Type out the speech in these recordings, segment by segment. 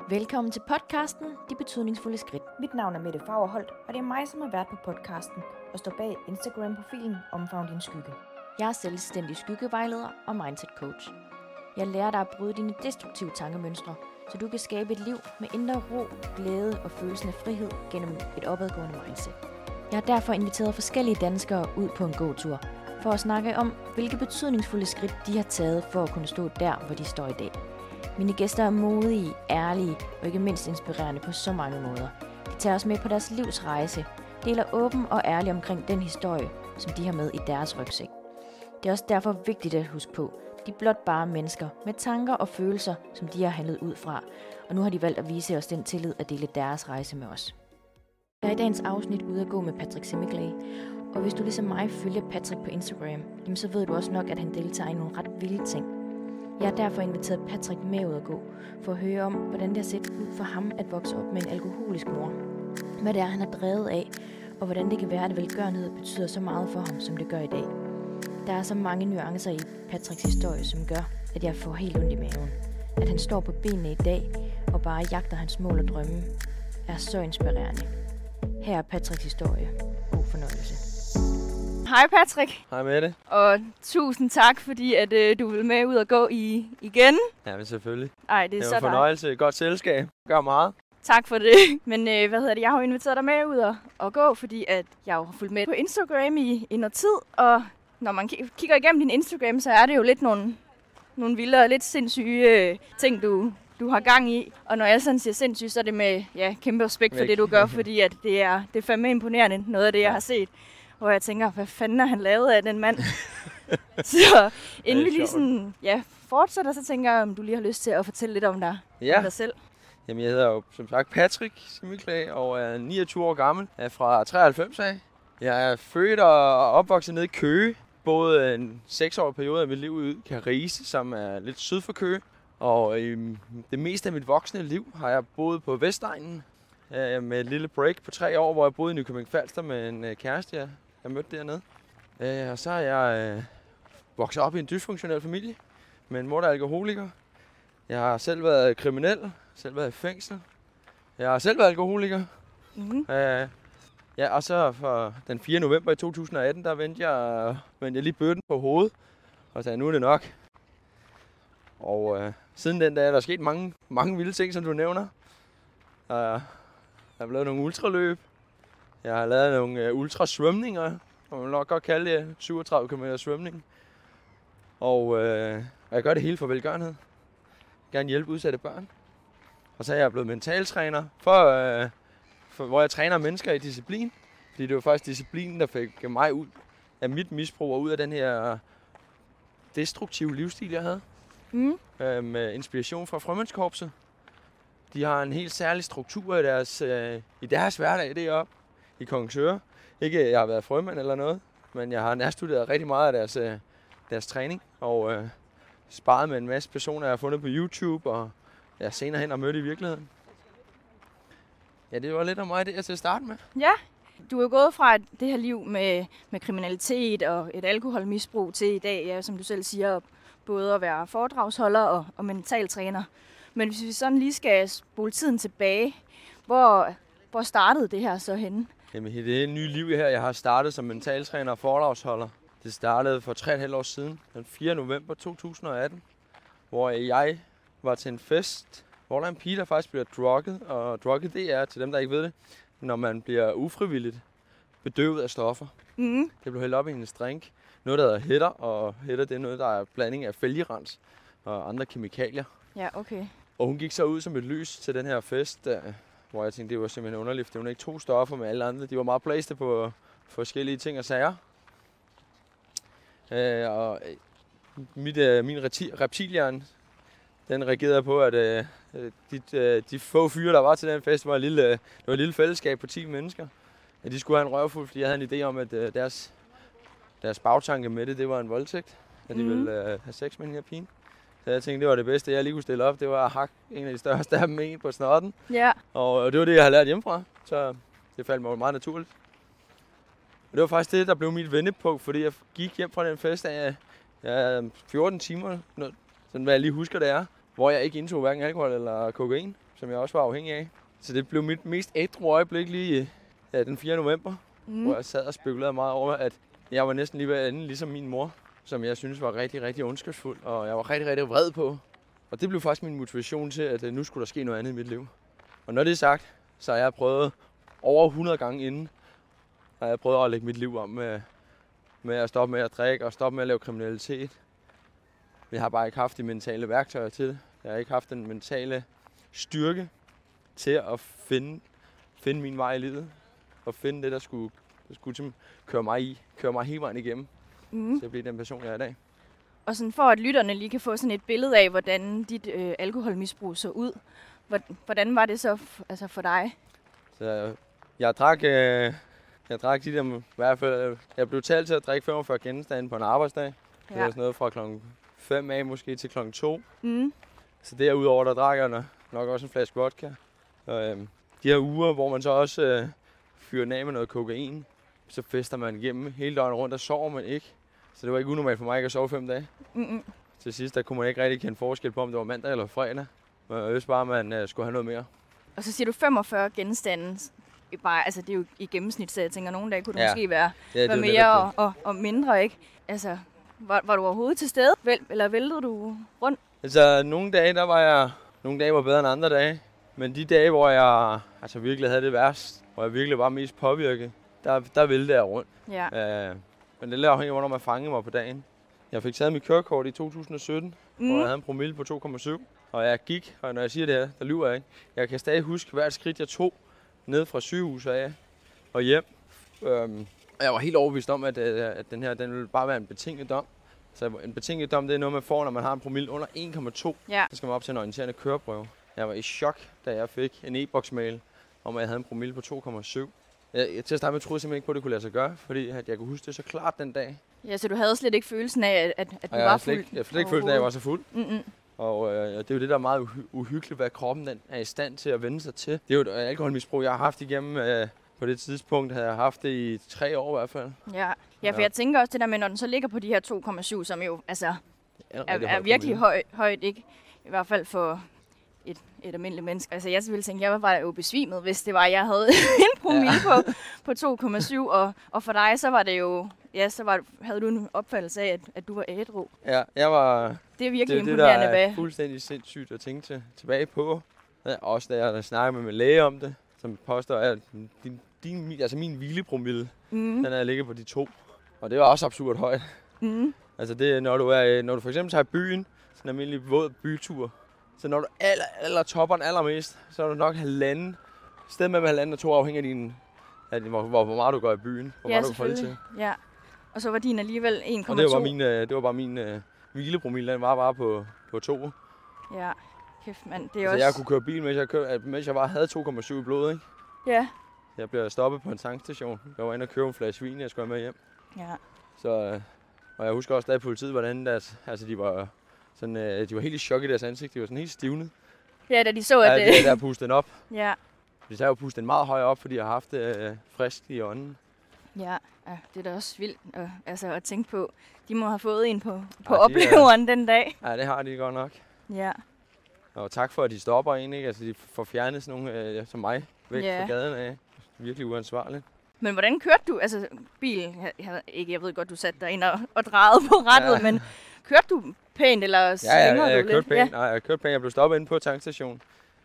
Velkommen til podcasten De Betydningsfulde Skridt. Mit navn er Mette Fagerholt, og det er mig, som har været på podcasten og står bag Instagram-profilen Omfavn din skygge. Jeg er selvstændig skyggevejleder og mindset coach. Jeg lærer dig at bryde dine destruktive tankemønstre, så du kan skabe et liv med indre ro, glæde og følelsen af frihed gennem et opadgående mindset. Jeg har derfor inviteret forskellige danskere ud på en gåtur for at snakke om, hvilke betydningsfulde skridt de har taget for at kunne stå der, hvor de står i dag. Mine gæster er modige, ærlige og ikke mindst inspirerende på så mange måder. De tager os med på deres livs rejse, deler åben og ærlig omkring den historie, som de har med i deres rygsæk. Det er også derfor vigtigt at huske på, de er blot bare mennesker med tanker og følelser, som de har handlet ud fra, og nu har de valgt at vise os den tillid at dele deres rejse med os. Jeg er i dagens afsnit ude at gå med Patrick Simiclay, og hvis du ligesom mig følger Patrick på Instagram, så ved du også nok, at han deltager i nogle ret vilde ting. Jeg har derfor inviteret Patrick med ud at gå, for at høre om, hvordan det har set ud for ham at vokse op med en alkoholisk mor. Hvad det er, han er drevet af, og hvordan det kan være, at velgørenhed betyder så meget for ham, som det gør i dag. Der er så mange nuancer i Patricks historie, som gør, at jeg får helt ondt i maven. At han står på benene i dag, og bare jagter hans mål og drømme, er så inspirerende. Her er Patricks historie. God fornøjelse. Hej Patrick. Hej Mette. Og tusind tak, fordi at, du vil med ud og gå igen. Ja, men selvfølgelig. Ej, det er så en fornøjelse. Godt selskab. Gør meget. Tak for det. Men jeg har jo inviteret dig med ud og gå, fordi at jeg har fulgt med på Instagram i noget tid. Og når man kigger igennem din Instagram, så er det jo lidt nogle vilde og lidt sindssyge ting, du har gang i. Og når jeg sådan siger sindssygt, så er det med kæmpe respekt for det, du gør, fordi at det er fandme imponerende, noget af det, jeg har set. Hvor jeg tænker, hvad fanden har han lavet af den mand? Så inden vi lige sådan, fortsætter, så tænker jeg, om du lige har lyst til at fortælle lidt om dig, om dig selv. Jamen, jeg hedder jo som sagt Patrick Simiclay og er 29 år gammel. Jeg er fra 93 af. Jeg er født og opvokset nede i Køge. Både en 6-årig periode af mit liv ude i Karise, som er lidt syd for Køge. Og i det meste af mit voksne liv har jeg boet på Vestegnen. Med et lille break på 3 år, hvor jeg boede i Nykøbing Falster med en kæreste, jeg mødte dernede. Og så er jeg vokset op i en dysfunktionel familie med en mor, der er alkoholiker. Jeg har selv været kriminel, selv været i fængsel. Jeg har selv været alkoholiker. Mm-hmm. Og så for den 4. november i 2018, der vendte jeg lige bøtten på hovedet og sagde, nu er det nok. Og siden den dag er der sket mange vilde ting, som du nævner. Jeg har lavet nogle ultraløb. Jeg har lavet nogle ultrasvømninger, man vil nok godt kalde det 37 km svømning. Og jeg gør det hele for velgørenhed. Jeg vil gerne hjælpe udsatte børn. Og så er jeg blevet mentaltræner, hvor jeg træner mennesker i disciplin. Fordi det var faktisk disciplinen, der fik mig ud af mit misbrug og ud af den her destruktive livsstil, jeg havde. Med inspiration fra Frømandskorpset. De har en helt særlig struktur i deres hverdag deroppe i Kongsøre. Ikke at jeg har været frømand eller noget, men jeg har nærstuderet rigtig meget af deres træning. Og sparet med en masse personer, jeg har fundet på YouTube, og jeg senere hen har mødt i virkeligheden. Ja, det var lidt om mig det til at starte med. Ja, du er jo gået fra det her liv med kriminalitet og et alkoholmisbrug til i dag, som du selv siger, både at være foredragsholder og mentaltræner. Men hvis vi sådan lige skal spole tiden tilbage, hvor startede det her så henne? Jamen, det nye liv her, jeg har startet som mentaltræner og foredragsholder. Det startede for 3,5 år siden, den 4. november 2018, hvor jeg var til en fest, hvor der er en pige, der faktisk bliver drugget. Og drugget, det er, til dem, der ikke ved det, når man bliver ufrivilligt bedøvet af stoffer. Mm. Det blev hældt op i en drink. Noget, der hedder hætter, og hætter, det er noget, der er blanding af fælgerens og andre kemikalier. Ja, okay. Og hun gik så ud som et lys til den her fest, hvor jeg tænkte, det var simpelthen underligt. Det var ikke 2 stoffer med alle andre. De var meget blæste på forskellige ting og sager. Og min reptilhjerne, den reagerede på, at de få fyre, der var til den fest, var et lille fællesskab på 10 mennesker. At de skulle have en røvfuld, fordi jeg havde en idé om, at deres bagtanke med det var en voldtægt. At de ville have sex med den her pige. Så jeg tænkte, det var det bedste, jeg lige kunne stille op. Det var at hakke en af de største af dem en på snotten. Ja. Og det var det, jeg havde lært hjemmefra. Så det faldt mig meget naturligt. Og det var faktisk det, der blev mit vendepunkt, fordi jeg gik hjem fra den fest af 14 timer, sådan hvad jeg lige husker det er, hvor jeg ikke indtog hverken alkohol eller kokain. som jeg også var afhængig af. Så det blev mit mest ædru øjeblik lige den 4. november, hvor jeg sad og spekulerede meget over, at jeg var næsten lige ved at ende ligesom min mor, som jeg synes var rigtig, rigtig ondskabsfuld, og jeg var rigtig, rigtig vred på. Og det blev faktisk min motivation til, at nu skulle der ske noget andet i mit liv. Og når det er sagt, så har jeg prøvet over 100 gange inden, har jeg prøvet at lægge mit liv om med at stoppe med at drikke og stoppe med at lave kriminalitet. Jeg har bare ikke haft de mentale værktøjer til det. Jeg har ikke haft den mentale styrke til at finde min vej i livet. Og finde det, der skulle køre mig hele vejen igennem. Til at blive den person, jeg er i dag. Og sådan for at lytterne lige kan få sådan et billede af, hvordan dit alkoholmisbrug så ud. Hvordan var det så for dig? Så jeg drak de der, i hvert fald, jeg blev talt til at drikke 45 genstande på en arbejdsdag. Det var sådan noget fra klokken 5 af måske til klokken 2. Så derudover, der drak jeg nok også en flaske vodka. Og de her uger, hvor man så også fyrer af med noget kokain, så fester man igennem hele døgnet rundt, og sover man ikke. Så det var ikke unormalt for mig ikke at sove 5 dage. Til sidst, der kunne man ikke rigtig kende forskel på, om det var mandag eller fredag. Men jeg vidste bare, at man skulle have noget mere. Og så siger du 45 genstande. Altså, det er jo i gennemsnit, så jeg tænker, nogle dage kunne det måske være mere og mindre, ikke? Altså, var du overhovedet til stede, eller væltede du rundt? Altså, nogle dage var bedre end andre dage. Men de dage, hvor jeg virkelig havde det værst, hvor jeg virkelig var mest påvirket, der væltede jeg rundt. Ja. Men det er lidt afhængigt af, hvornår man fangede mig på dagen. Jeg fik taget mit kørekort i 2017, hvor jeg havde en promille på 2,7. Og jeg gik, og når jeg siger det her, der lyver jeg ikke. Jeg kan stadig huske hvert skridt, jeg tog ned fra sygehuset af og hjem. Og jeg var helt overbevist om, at den ville bare være en betinget dom. Så en betinget dom, det er noget, man får, når man har en promille under 1,2. Ja. Så skal man op til en orienterende køreprøve. Jeg var i chok, da jeg fik en e-boks-mail om, at jeg havde en promille på 2,7. Til at starte med troede jeg simpelthen ikke på, at det kunne lade sig gøre, fordi at jeg kunne huske det så klart den dag. Ja, så du havde slet ikke følelsen af, at du var fuld? Jeg havde slet ikke følelsen af, at jeg var så fuld. Og det er jo det, der er meget uhyggeligt, hvad kroppen den er i stand til at vende sig til. Det er jo et alkoholmisbrug, jeg har haft igennem. På det tidspunkt havde jeg haft det i 3 år i hvert fald. Ja, for jeg tænker også det der med, når den så ligger på de her 2,7, som jo er virkelig højt, ikke? I hvert fald for et almindeligt menneske. Altså jeg ville tænke, jeg var jo besvimet, hvis det var, jeg havde en promille på 2,7, og for dig, så var det jo, havde du en opfattelse af, at du var ædru. Ja, jeg var... Det er virkelig imponerende. Det der er fuldstændig sindssygt at tænke tilbage på. Også da jeg snakkede med min læge om det, som påstår, at min hvilepromille, den er ligget på de 2. Og det var også absurd højt. Altså det er, når du for eksempel tager i byen, sådan en almindelig våd bytur, så når du topper den allermest, så er du nok sted mellem 1,5 og 2 afhængig af hvor meget du går i byen, hvor meget du kan holde til. Ja, og så var din alligevel 1,2. Og det var bare min hvilepromille, den var bare på 2. Ja, kæft mand, det er altså, også... jeg kunne køre bil, mens jeg bare havde 2,7 i blodet, ikke? Ja. Jeg blev stoppet på en tankstation. Jeg var inde og købe en flaske vin, jeg skulle have med hjem. Ja. Så, og jeg husker også, da politiet var derinde, de var helt i chok i deres ansigt. De var sådan helt stivnet. Ja, da de så, at... Ja, der pustede den op. Ja. De har jo pustet den meget højere op, fordi jeg har haft det frisk i ånden. Ja, det er da også vildt at tænke på. De må have fået en på opleveren den dag. Ja, det har de godt nok. Ja. Og tak for, at de stopper en, ikke? Altså, de får fjernet sådan nogle som mig væk fra gaden af. Virkelig uansvarligt. Men hvordan kørte du? Altså, bilen, jeg ved godt, du satte dig ind og drejede på rattet, men kørte du pænt, eller svingrede du lidt? Jeg kørte pænt. Nej, jeg kørte pænt. Jeg blev stoppet inde på tankstationen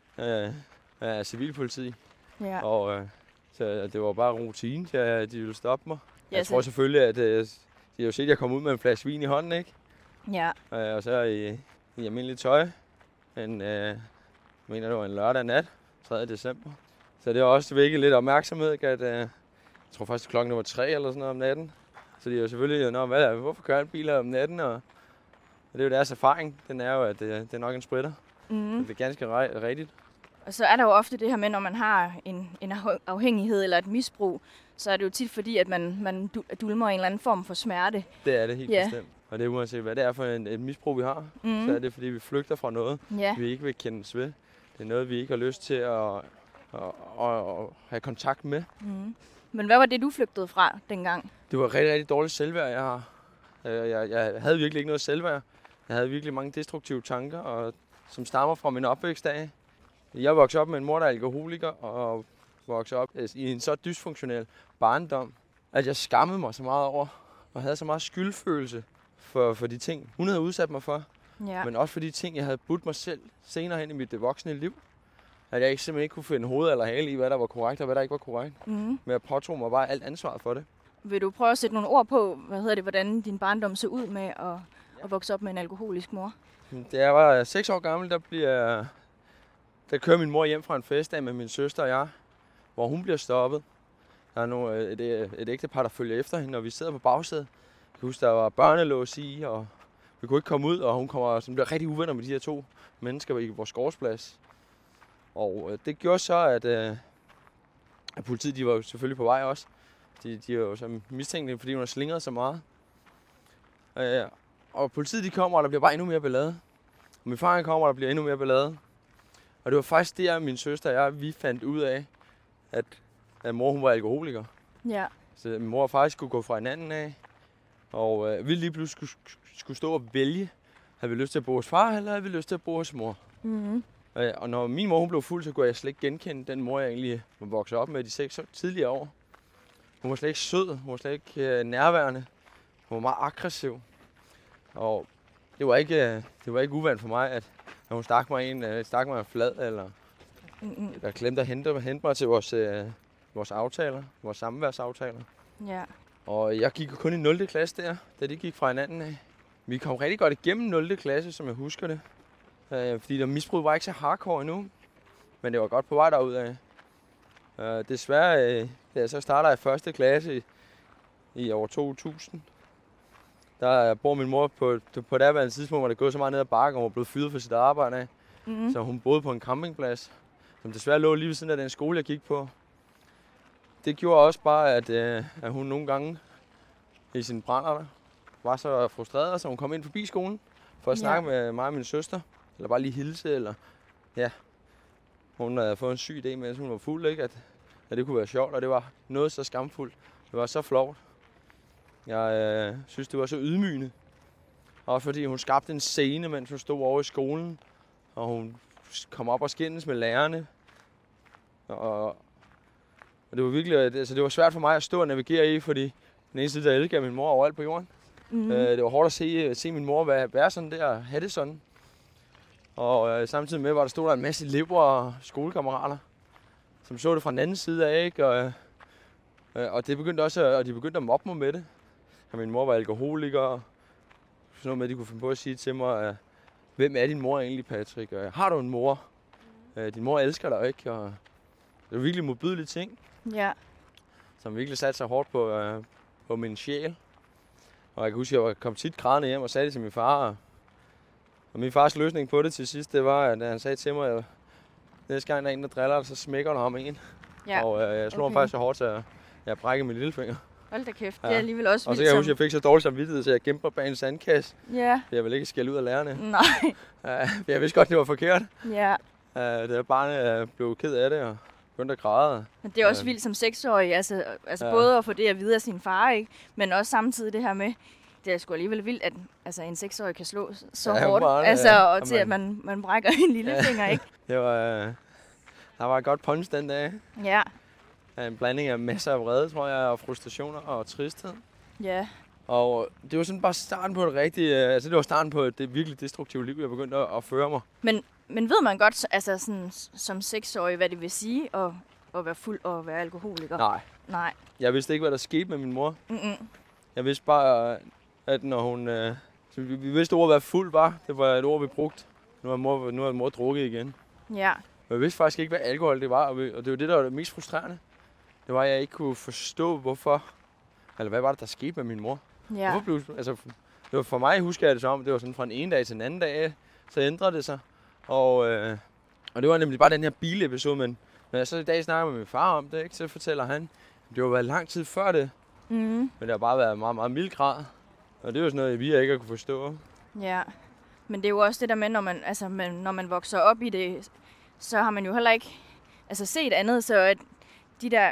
af civilpoliti. Ja. Og så det var bare rutine, at de ville stoppe mig. Ja, jeg tror selvfølgelig, at de har jo set, at jeg kom ud med en flaske vin i hånden, ikke? Ja. Og så i almindeligt tøj. Jeg mener, det var en lørdag nat, 3. december. Så det har også vækket lidt opmærksomhed, at jeg tror faktisk, klokken var 3 eller sådan noget om natten. Så de er jo selvfølgelig, hvorfor kører en bil her om natten? Og det er jo deres erfaring. Den er jo, at det er nok en spritter. Det er ganske rigtigt. Og så er der jo ofte det her med, når man har en afhængighed eller et misbrug, så er det jo tit fordi, at man dulmer en eller anden form for smerte. Det er det helt bestemt. Og det er uanset, hvad det er for et misbrug, vi har, så er det fordi, vi flygter fra noget, vi ikke vil kendes ved. Det er noget, vi ikke har lyst til at have kontakt med. Men hvad var det, du flygtede fra dengang? Det var rigtig, rigtig dårligt selvværd, jeg har. Jeg havde virkelig ikke noget selvværd. Jeg havde virkelig mange destruktive tanker, som stammer fra min opvækstdag. Jeg voksede op med en mor, der er alkoholiker, og voksede op i en så dysfunktionel barndom, at jeg skammede mig så meget over, og havde så meget skyldfølelse for de ting, hun havde udsat mig for. Ja. Men også for de ting, jeg havde budt mig selv senere hen i mit voksne liv. At jeg simpelthen ikke kunne finde hoved eller hale i, hvad der var korrekt og hvad der ikke var korrekt. Men jeg påtog mig bare alt ansvaret for det. Vil du prøve at sætte nogle ord på, hvordan din barndom så ud med at vokse op med en alkoholisk mor? Da jeg var 6 år gammel, der kører min mor hjem fra en festdag med min søster og jeg, hvor hun bliver stoppet. Der er et ægtepar, der følger efter hende, og vi sidder på bagsædet. Jeg kan huske, der var børnelås i, og vi kunne ikke komme ud, og hun bliver rigtig uvenner med de her 2 mennesker i vores gårdsplads. Og det gjorde så, at politiet, de var jo selvfølgelig på vej også. De var jo så mistænkte, fordi hun har slingret så meget. Og politiet, de kommer, og der bliver bare endnu mere ballade. Og min far kommer, og der bliver endnu mere ballade. Og det var faktisk der, min søster og jeg, vi fandt ud af, at mor, hun var alkoholiker. Ja. Så min mor faktisk skulle gå fra hinanden af. Og vi lige pludselig skulle stå og vælge, havde vi lyst til at bo hos far, eller havde vi lyst til at bo hos mor. Mm-hmm. Og når min mor hun blev fuld, så kunne jeg slet ikke genkende den mor, jeg egentlig var vokset op med de 6 tidligere år. Hun var slet ikke sød, hun var slet ikke nærværende. Hun var meget aggressiv. Og det var ikke uvant for mig, at når hun stak mig en flad, eller jeg glemte at hente mig til vores aftaler, vores samværsaftaler. Ja. Og jeg gik jo kun i 0. klasse der, da de gik fra hinanden af. Vi kom rigtig godt igennem 0. klasse, som jeg husker det. Fordi der misbrug var ikke så hardcore endnu. Men det var godt på vej derudad. Desværre, da så starter jeg 1. klasse i år 2000. Der bor min mor på daværende tidspunkt, hvor det gået så meget ned ad bakken, og hun var blevet fyret for sit arbejde af. Mm-hmm. Så hun boede på en campingplads, som desværre lå lige ved siden af den skole, jeg gik på. Det gjorde også bare, at hun nogle gange i sin brænder var så frustreret, så hun kom ind forbi skolen for at snakke med mig og min søster. Eller bare lige hilse, eller ja. Hun havde fået en syg idé, mens hun var fuld, ikke? At det kunne være sjovt, og det var noget så skamfuldt. Det var så flovt. Jeg synes, det var så ydmygende. Også fordi hun skabte en scene, mens hun stod over i skolen. Og hun kom op og skændes med lærerne. Og det var virkelig, altså det var svært for mig at stå og navigere i, fordi den eneste, der elskede min mor overalt på jorden. Mm-hmm. Det var hårdt at se min mor være sådan der og have det sådan. Og samtidig med, var der en masse elever og skolekammerater, som så det fra den anden side af, ikke? Og det begyndte også, og de begyndte at mobbe mig med det. Og min mor var alkoholiker, og sådan noget med, at de kunne finde på at sige til mig, hvem er din mor egentlig, Patrick? Har du en mor? Din mor elsker dig ikke, og det var virkelig modbydelige ting. Ja. Som virkelig satte sig hårdt på min sjæl. Og jeg kan huske, at jeg kom tit grædende hjem og sagde det til min far. Og min fars løsning på det til sidst, det var, at han sagde til mig, at næste gang der er en, der driller dig, så smækker du ham en. Ja. Og jeg slog ham faktisk så hårdt, så jeg brækkede min lillefinger. Hold da kæft, det er alligevel også vildt. Og så kan jeg huske, at jeg fik så dårlig samvittighed, så jeg gemte mig bag en sandkasse. Ja. Jeg ville ikke skælde ud af lærerne. Nej. Jeg vidste godt, det var forkert. Ja. Da barnet blev ked af det og begyndte at græde. Men det er også vildt som 6-årig, altså både at få det at vide af sin far, ikke? Men også samtidig det her med, det er sgu alligevel vildt, at en 6-årig kan slå så hårdt, og til at man brækker en lillefinger, ikke? Der var et godt punch den dag. Ja. En blanding af masser af vrede, tror jeg, og frustrationer og tristhed. Ja. Og det var sådan bare starten på det rigtige, det var starten på det virkelig destruktive liv, jeg begyndte at føre mig. Men ved man godt, altså sådan, som 6-årig, hvad det vil sige at være fuld og være alkoholiker? Nej. Jeg vidste ikke, hvad der skete med min mor. Mm-mm. Jeg vidste bare, at når hun... vi vidste, ordet at være fuld var. Det var et ord, vi brugte. Nu har mor drukket igen. Ja. Men jeg vidste faktisk ikke, hvad alkohol det var, og det var det, der var det mest frustrerende. Det var, at jeg ikke kunne forstå, hvorfor... Eller hvad var det, der skete med min mor? Ja. Hvorfor blev... Altså, det var for mig, husker jeg det som, det var sådan fra den ene dag til den anden dag, så ændrede det sig. Og det var nemlig bare den her bilepisode, men når jeg så i dag snakker med min far om det, ikke, så fortæller han, det var været lang tid før det. Mm-hmm. Men det har bare været meget, meget mild grad. Og det var sådan noget, vi ikke har kunne forstå. Ja, men det er jo også det der med, når man vokser op i det, så har man jo heller ikke set andet, så at de der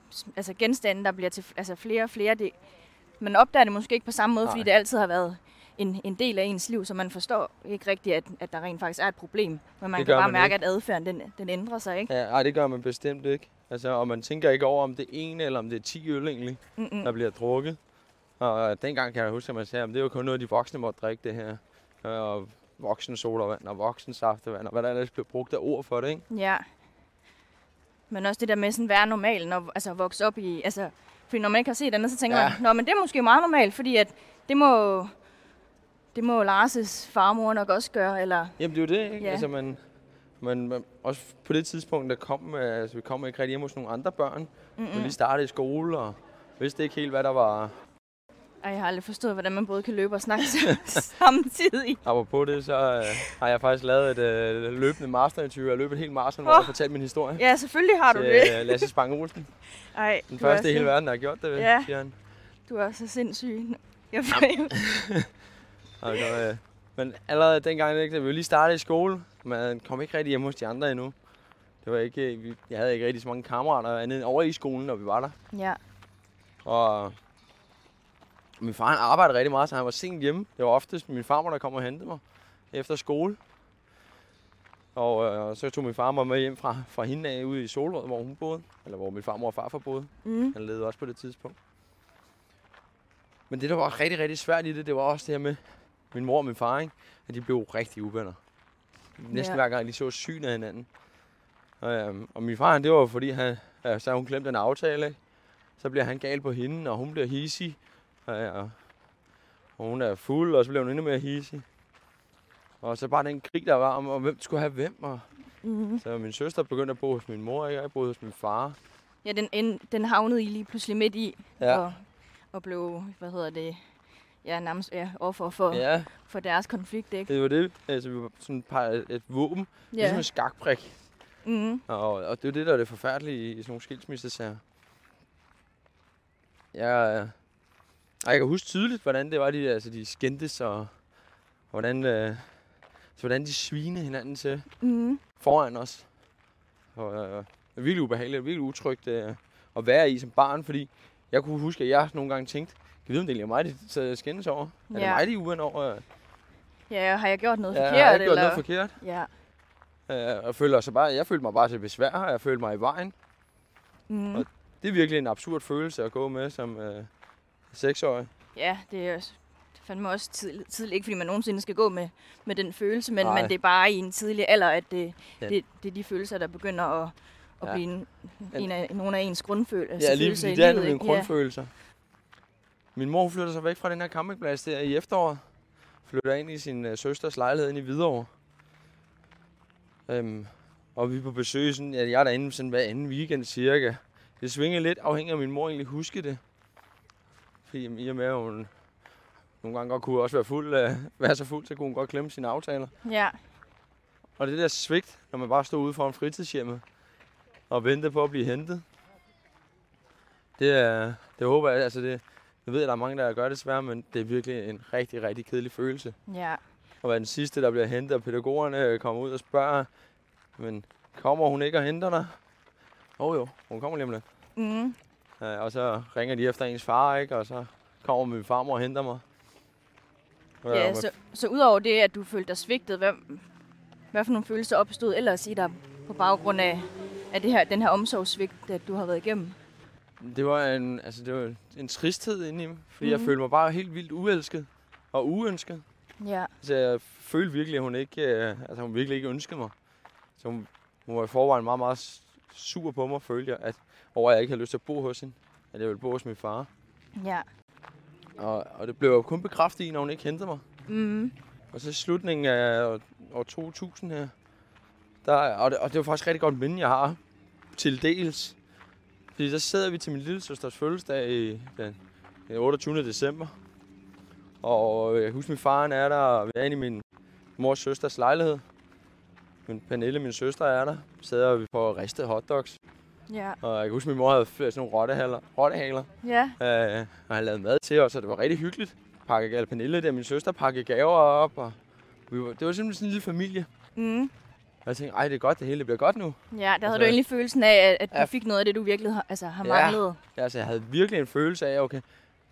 genstande, der bliver til flere og flere, man opdager det måske ikke på samme måde, fordi det altid har været en del af ens liv, så man forstår ikke rigtigt, at der rent faktisk er et problem. Men man kan bare mærke, at adfærden den ændrer sig, ikke? Ja, det gør man bestemt ikke. Altså, og man tænker ikke over, om det er 1 eller om det er 10 øl egentlig, der bliver drukket. Og dengang kan jeg huske, at man sagde, at det var kun noget, de voksne måtte drikke det her. Og voksen sodavand og voksen saftevand, og hvad der ellers blev brugt af ord for det, ikke? Ja. Men også det der med sådan at være normal, når vokse op i... Altså, fordi når man ikke har set andet, så tænker man, nå, men det er måske meget normalt, fordi at det må Lars' farmor nok også gøre, eller... Jamen, det er jo det, ikke? Ja. Altså, man også på det tidspunkt, vi kom ikke rigtig hjem hos nogle andre børn. Vi lige startede i skole, og vidste ikke helt, hvad der var... Ej, jeg har aldrig forstået, hvordan man både kan løbe og snakke samtidig. Apropos det, så har jeg faktisk lavet et løbende masterinterview. Jeg har løbet et helt maraton, hvor jeg har fortalt min historie. Ja, selvfølgelig har du det. Lasse Spang Olsen. Ej, den første i hele verden, der har gjort det, siger han. Du er så sindssyg. Men allerede dengang, da vi lige startede i skole, man kom ikke rigtig hjem hos de andre endnu. Det var ikke, jeg havde ikke rigtig så mange kammerater andet end over i skolen, når vi var der. Ja. Og min far han arbejdede rigtig meget, så han var sent hjemme. Det var oftest min farmor, der kom og hentede mig efter skole. Og så tog min farmor med hjem fra hende af ude i Solrød, hvor hun boede. Eller hvor min farmor og farfar boede. Han levede også på det tidspunkt. Men det, der var rigtig, rigtig svært i det var også det her med min mor og min far, ikke? At de blev rigtig uvenner. Næsten hver gang de så syn af hinanden. Og min far, det var fordi, så hun glemte en aftale, ikke? Så bliver han gal på hende, og hun bliver hissig. Og hun er fuld, og så bliver hun endnu mere hissig. Og så bare den krig, der var om, hvem skulle have hvem. Og så min søster begyndte at bo hos min mor, og jeg boede hos min far. Ja, den havnede I lige pludselig midt i, og blev, nærmest offer for deres konflikt, ikke? Det var det. Altså, vi var sådan et våben, ligesom en skakbrik. Og det er det, der er det forfærdelige i sådan nogle skilsmissesager. Jeg kan huske tydeligt, hvordan det var, de skændtes, og hvordan de svinede hinanden til foran os. Og det er virkelig ubehageligt, virkelig utrygt at være i som barn, fordi jeg kunne huske, at jeg nogle gange tænkte, kan vide, om det egentlig er mig, de skændes over? Er det mig, de er uvenner over? Ja, har jeg gjort noget forkert? Ja, har jeg gjort noget forkert? Ja. Jeg følte mig bare til besvær, og jeg følte mig i vejen. Og det er virkelig en absurd følelse at gå med som 6-årig. Ja, det er fandme også tidligt. Ikke fordi man nogensinde skal gå med den følelse, men det er bare i en tidlig alder, at det er de følelser, der begynder at blive nogle af ens grundfølelser. Ja, lige det er nogle grundfølelser. Min mor flytter sig væk fra den her campingplads der i efteråret. Flytter ind i sin søsters lejlighed ind i Hvidovre. Og vi er på besøg, sådan, jeg er derinde sådan hver anden weekend cirka. Det svinger lidt afhængig af, at min mor egentlig husker det. Fordi i og med, at hun nogle gange godt kunne også være så fuld, så kunne hun godt glemme sine aftaler. Ja. Og det der svigt, når man bare stod ude foran fritidshjemmet og ventede på at blive hentet. Det håber jeg, altså det... Jeg ved, at der er mange, der gør det desværre, men det er virkelig en rigtig, rigtig kedelig følelse. Ja. Og være den sidste, der bliver hentet, og pædagogerne kommer ud og spørger, men kommer hun ikke og henter dig? Jo, hun kommer lige om lidt. Og så ringer de efter ens far, ikke? Og så kommer min farmor og henter mig. Ja, så udover det, at du følte dig svigtet, hvad for nogle følelser opstod ellers i dig på baggrund af den her omsorgssvigt, at du har været igennem? Det var en tristhed inde i mig, fordi jeg følte mig bare helt vildt uelsket og uønsket. Ja. Så jeg følte virkelig, at hun virkelig ikke ønskede mig. Så hun var i forvejen meget, meget sur på mig, følte jeg, over at jeg ikke havde lyst til at bo hos hende. At jeg ville bo hos min far. Ja. Og det blev jo kun bekræftet i, når hun ikke hentede mig. Og så i slutningen af år 2000 her, og det var faktisk rigtig godt minde, jeg har til dels. Fordi så sidder vi til min lille søsters fødselsdag den 28. december. Og jeg husker, min far er der, og vi er inde i min mors søsters lejlighed. Pernille, min søster, er der. Så sidder vi på ristet hotdogs. Ja. Og jeg kan huske, min mor havde sådan nogle rottehaler. Ja. Og han lavede mad til os, og det var rigtig hyggeligt. Pernille der, min søster, pakkede gaver op. Og det var simpelthen sådan en lille familie. Og jeg tænkte, det er godt, det hele bliver godt nu. Ja, der havde du egentlig følelsen af, at du fik noget af det, du virkelig har manglet. Ja, altså jeg havde virkelig en følelse af, okay,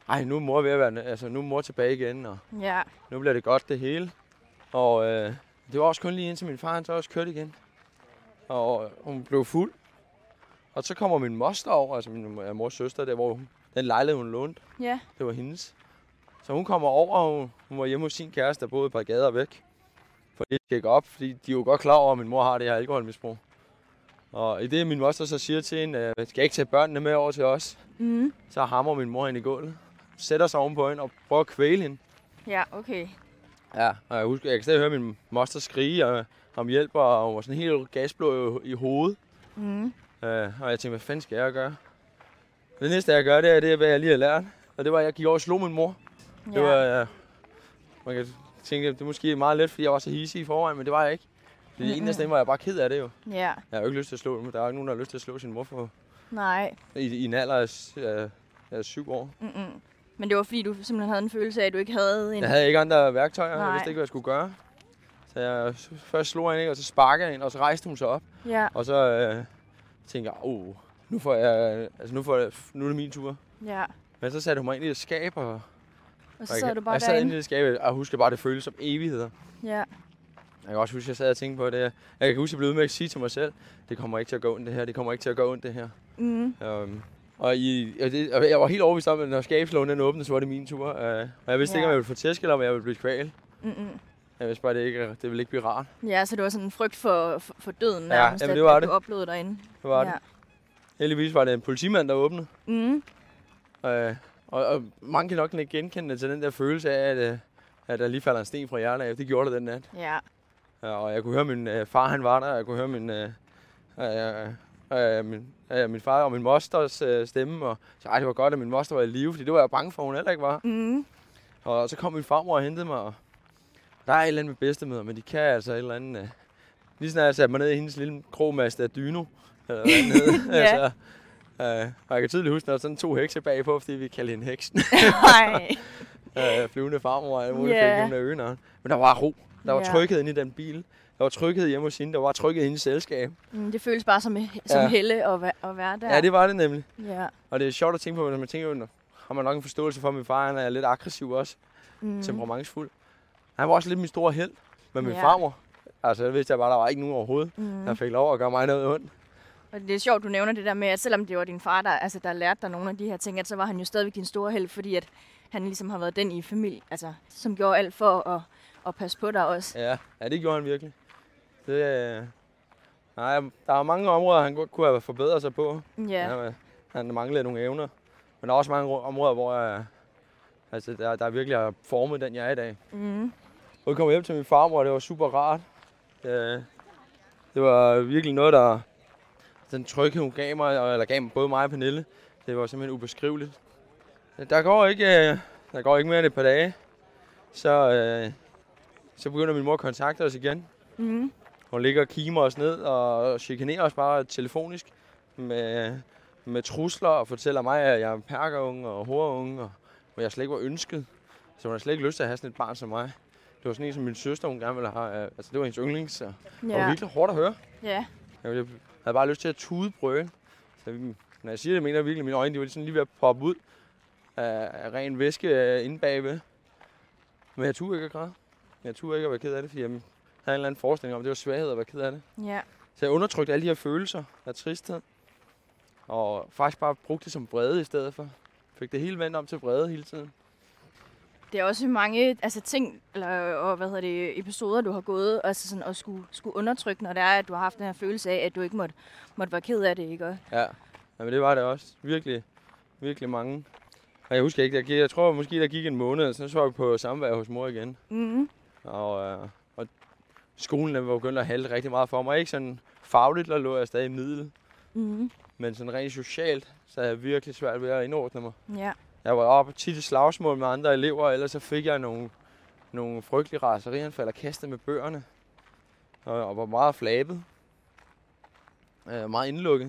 nu er mor ved at være, altså nu er mor tilbage igen, og Ja. nu bliver det godt det hele. Og det var også kun lige indtil min far, han så også kørte igen. Og hun blev fuld. Og så kommer min moster over, altså min mors søster, der hvor den lejlighed hun lånte, Ja. det var hendes. Så hun kommer over, og hun var hjemme hos sin kæreste, der boede et par gader væk. For det gik op, fordi de er jo godt klar over, at min mor har det her alkoholmisbrug. Og i det min moster så siger til hende, skal jeg ikke tage børnene med over til os? Så hamrer min mor hende i gulvet, sætter sig ovenpå hende og prøver at kvæle hende. Ja, okay. Ja, og jeg kan stadig høre min moster skrige om hjælp, og hun var sådan helt gasblå i hovedet. Og jeg tænkte, hvad fanden skal jeg gøre? Det næste jeg gør, det er hvad jeg lige har lært. Og det var, at jeg gik over og slog min mor. Ja. Det var, man kan tænke, det er måske meget let, fordi jeg var så hissig i forvejen, men det var jeg ikke. Det eneste dem var jeg bare ked af det jo. Ja. Jeg har jo ikke lyst til at slå dem. Der er jo ikke nogen, der har lyst til at slå sin mor for Nej. i en alder af 7 år. Men det var fordi, du simpelthen havde en følelse af, at du ikke havde en... Jeg havde ikke andre værktøjer. Nej. Jeg vidste ikke, hvad jeg skulle gøre. Så jeg først slog hende, og så sparkede hende, og så rejste hun sig op. Ja. Og så tænkte jeg, nu er det min tur. Ja. Men så satte hun mig ind i et skab, og så sad du bare jeg sad inde derinde. i det skab, og husker bare, det føltes som evigheder. Ja. Jeg kan også huske, at jeg sad og tænkte på det. Jeg kan huske, at jeg blev ved med at sige til mig selv, det kommer ikke til at gå ondt det her, det kommer ikke til at gå ondt det her. Og jeg var helt overbevist om, at når skabslågen den åbnede, så var det min tur. Og jeg vidste ikke, om jeg ville få tæsk, eller om jeg ville blive kvalt. Jeg vidste bare, det ville ikke blive rart. Ja, så det var sådan en frygt for døden Ja, nærmest, jamen, det var at det. du oplevede derinde. Det var det. Heldigvis var det en politimand, der åbnede. Og mange kan nok ikke genkende til den der følelse af, at der lige falder en sten fra hjertet af. Det gjorde det den nat. Ja. Og jeg kunne høre, min far han var der, og jeg kunne høre min far og min mosters stemme. Og så det var godt, at min moster var i live, fordi det var jeg bange for, at hun heller ikke var. Og så kom min farmor og hentede mig. Og der er et eller andet med bedstemødre, men de kan altså et eller andet... Lige snart jeg satte mig ned i hendes lille krogmast af dyno. Eller hvad den hed. Ja. Og jeg kan tydeligt huske, at der var sådan 2 hekse bagpå, fordi vi kaldte hende heksen. Nej. Flyvende farmor, og muligt fik hende af øgenavn. Men der var ro. Der var tryghed inde i den bil. Der var tryghed hjemme hos hende. Der var tryghed inde i selskab. Det føles bare som helle at være der. Ja, det var det nemlig. Ja. Og det er sjovt at tænke på, når man tænker jo, har man nok en forståelse for, at min far han er lidt aggressiv også. Temperamentsfuld. Han var også lidt min store held med min farmor. Altså, jeg vidste bare, der var ikke nogen overhovedet, der fik lov at gøre mig noget ondt. Og det er sjovt, du nævner det der med, at selvom det var din far, der lærte dig nogle af de her ting, at så var han jo stadigvæk din store held, fordi at han ligesom har været den i familien, altså, som gjorde alt for at passe på dig også. Ja, det gjorde han virkelig. Der er mange områder, han kunne have forbedret sig på. Ja. Han manglede nogle evner. Men der er også mange områder, hvor der virkelig har formet den, jeg er i dag. Og jeg kom hjem til min farmor, og det var super rart. Det var virkelig noget, der... Den tryghed, hun gav mig, eller gav både mig og Pernille, det var simpelthen ubeskriveligt. Der går ikke mere end et par dage, så begynder min mor at kontakte os igen. Hun ligger og kimer os ned og chikanerer os bare telefonisk med trusler og fortæller mig, at jeg er en perkerunge og horunge, og jeg slet ikke var ønsket. Så hun har slet ikke lyst til at have sådan et barn som mig. Det var sådan en, som min søster, hun gerne ville have. Altså, det var hendes yndlings, så det var virkelig hårdt at høre. Ja. Jeg havde bare lyst til at tudebrøle. Så når jeg siger det, mener jeg virkelig, at mine øjne de var sådan lige ved at poppe ud af ren væske inde bagved. Men jeg turde ikke at græde. Jeg turde ikke at være ked af det, fordi jeg havde en eller anden forestilling om, at det var svaghed at være ked af det. Ja. Så jeg undertrykte alle de her følelser af tristhed. Og faktisk bare brugte det som vrede i stedet for. Fik det hele vendt om til vrede hele tiden. Det er også mange ting, episoder, du har gået altså sådan, og skulle undertrykke, når det er, at du har haft den her følelse af, at du ikke måtte være ked af det, ikke? Ja, men det var det også. Virkelig, virkelig mange. Og jeg husker ikke, jeg tror måske, der gik en måned, så var jeg på samvær hos mor igen. Og skolen var begyndt at halde rigtig meget for mig. Ikke sådan fagligt, der lå jeg stadig i middel. Men sådan rent socialt, så havde jeg virkelig svært ved at indordne mig. Ja. Jeg var oppe tit i slagsmål med andre elever, og ellers så fik jeg nogle frygtelige raserianfald og kastede med bøgerne. Og var meget flabet. Meget indlukket.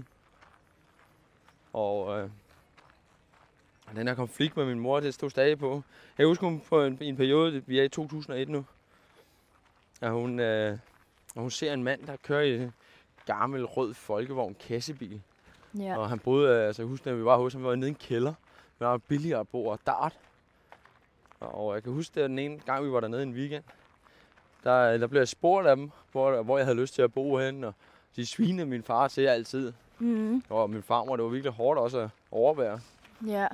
Og den her konflikt med min mor, det stod stadig på. Jeg husker i en periode, vi er i 2001 nu, at hun ser en mand, der kører i en gammel rød folkevogn kassebil. Ja. Og han boede, jeg husker, at vi var hos ham, vi var nede i en kælder. der var billigere bord og dart. Og jeg kan huske, det den ene gang, vi var dernede en weekend. Der blev jeg spurgt af dem, hvor jeg havde lyst til at bo henne. Og de svinede min far til altid. Og min farmor, det var virkelig hårdt også at overvære. Ja.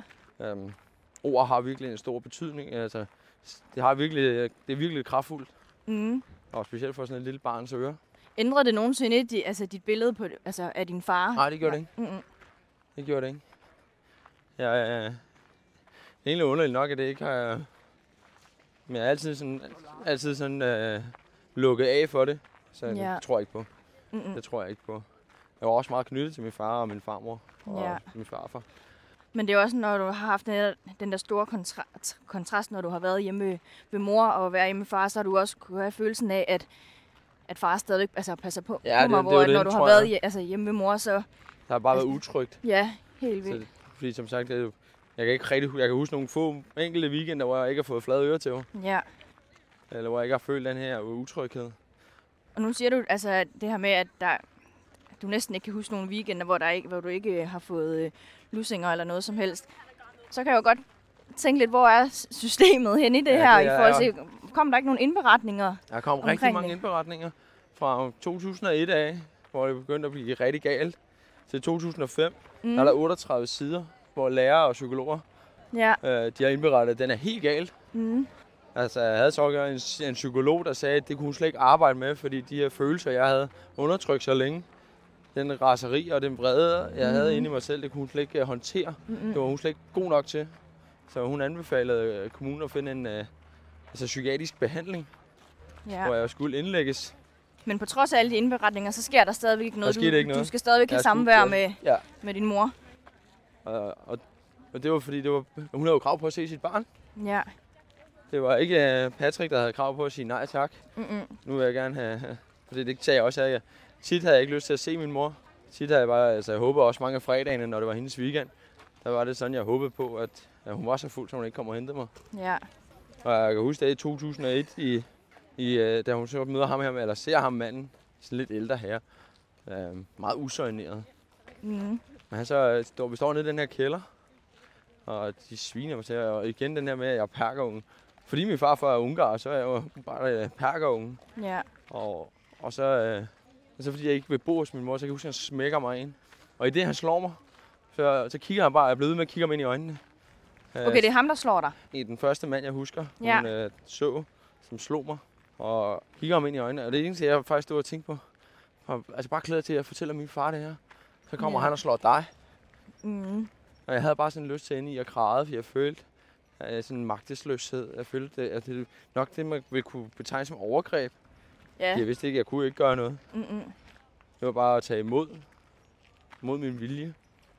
Ord har virkelig en stor betydning. Altså, det er virkelig kraftfuldt. Og specielt for sådan et lille barns øre. Ændrede det nogensinde dit billede på, af din far? Nej, det gjorde det ikke. Det gjorde det ikke. Det er egentlig underligt nok, at det ikke har... Men jeg er altid sådan lukket af for det. Så det tror jeg ikke på. Det tror jeg ikke på. Jeg var også meget knyttet til min far og min farmor og min farfar. Men det er også, når du har haft den der store kontrast, når du har været hjemme ved mor og været hjemme med far, så har du også kunne have følelsen af, at far stadig passer på mig, hvor når du har været hjemme ved mor, så... Der har bare været utrygt. Ja, helt vildt. Fordi som sagt, jeg kan huske nogle få enkelte weekender, hvor jeg ikke har fået flade øretæver. Ja. Eller hvor jeg ikke har følt den her utryghed. Og nu siger du det her med, at du næsten ikke kan huske nogle weekender, hvor du ikke har fået lussinger eller noget som helst. Så kan jeg jo godt tænke lidt, hvor er systemet henne i det her? I forhold til, kom der ikke nogen indberetninger? Der kom rigtig mange indberetninger fra 2001 af, hvor det begyndte at blive rigtig galt, til 2005. Der er der 38 sider, hvor lærere og psykologer de har indberettet, at den er helt galt. Altså, jeg havde så en psykolog, der sagde, at det kunne hun slet ikke arbejde med, fordi de her følelser, jeg havde undertrykt så længe, den raseri og den vrede, jeg havde inde i mig selv, det kunne hun slet ikke håndtere. Det var hun slet ikke god nok til. Så hun anbefalede kommunen at finde en psykiatrisk behandling, hvor jeg skulle indlægges. Men på trods af alle de indberetninger, så sker der stadigvæk ikke noget. Du skal stadigvæk have samvær med din mor. Og det var fordi, hun havde jo krav på at se sit barn. Ja. Det var ikke Patrick, der havde krav på at sige nej tak. Nu vil jeg gerne have... Det sagde jeg også, at tit havde jeg ikke lyst til at se min mor. Tit havde jeg bare... Altså, jeg håbede også mange af fredagene, når det var hendes weekend. Der var det sådan, jeg håbede på, at hun var så fuld, så hun ikke kom og hentede mig. Ja. Og jeg kan huske det i 2001, da hun så møder ham her, eller ser ham manden, sådan lidt ældre herre. Meget usøjneret. Men vi står nede i den her kælder, og de sviner mig til, og igen den her med, at jeg er perkerungen. Fordi min far er ungar, så er jeg jo bare perkerungen. Ja. Og så fordi jeg ikke vil bo hos min mor, så kan jeg huske, at han smækker mig ind. Og i det, han slår mig, så kigger han bare, jeg er blevet ved med at kigge mig ind i øjnene. Okay, det er ham, der slår dig? Det er den første mand, jeg husker, hun som slog mig, og kigger ham ind i øjnene. Og det eneste, jeg faktisk stod og tænkte på, altså bare glæder til at fortælle min far det her. Så kommer han og slår dig. Og jeg havde bare sådan lyst til inde i at græde, fordi jeg følte sådan en magtesløshed. Jeg følte, at det nok det, man ville kunne betegne som overgreb. Ja. Jeg vidste ikke, at jeg kunne ikke gøre noget. Det var bare at tage imod min vilje.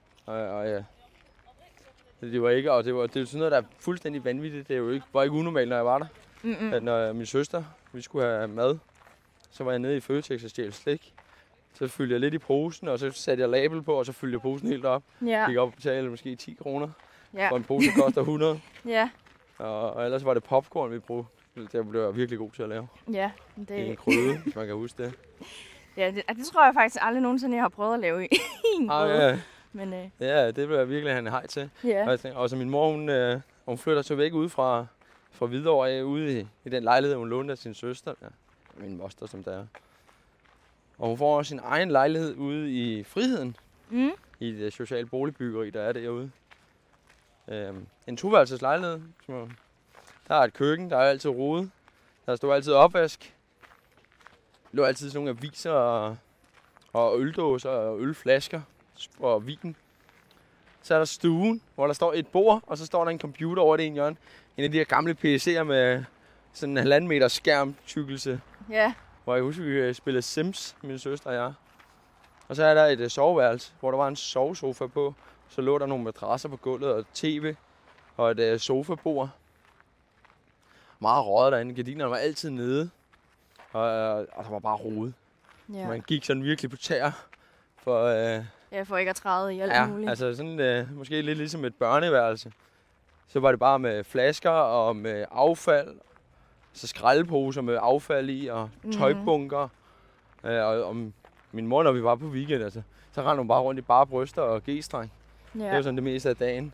Det var ikke, og det var sådan noget, der er fuldstændig vanvittigt. Det var ikke unormalt, når jeg var der. At når min søster, vi skulle have mad, så var jeg nede i Føtex og stjælte slik. Så fyldte jeg lidt i posen, og så satte jeg label på, og så fyldte jeg posen helt op. Ja. Gik op og betalte måske 10 kroner. Ja. For en pose koster 100. Ja. Og ellers var det popcorn, vi brugte. Det blev jeg virkelig god til at lave. Ja. Det en krydde, hvis man kan huske det. Ja, det tror jeg faktisk aldrig nogensinde, jeg har prøvet at lave i en krydde. Ja. Men, ja, det blev jeg virkelig have en hej til. Ja. Og så min mor, hun flytter så væk ude fra Hvidovre ude i den lejlighed, hun lånte af sin søster. Ja, min moster, som der er. Og hun får sin egen lejlighed ude i Friheden. I det sociale boligbyggeri, der er derude. En toværelses lejlighed. Der er et køkken, der er altid rode. Der står altid opvask. Der lå altid sådan nogle aviser og øldåser og ølflasker og vin. Så er der stuen, hvor der står et bord, og så står der en computer over det ene hjørne. En af de her gamle PC'er med sådan en 1,5 meter skærm tykkelse. Ja. Hvor jeg husker, vi spillede Sims, min søster og jeg. Og så er der et soveværelse, hvor der var en sovesofa på. Så lå der nogle madrasser på gulvet og tv og et sofabord. Meget røget derinde. Gardinerne var altid nede. Og der var bare rode. Ja. Man gik sådan virkelig på tæer. For ikke at træde i alt muligt. Altså sådan måske lidt ligesom et børneværelse. Så var det bare med flasker og med affald. Så skraldeposer med affald i og tøjbunker. Og min mor, når vi var på weekend, altså, så rendte hun bare rundt i bare bryster og g-streng. Ja. Det var sådan det meste af dagen.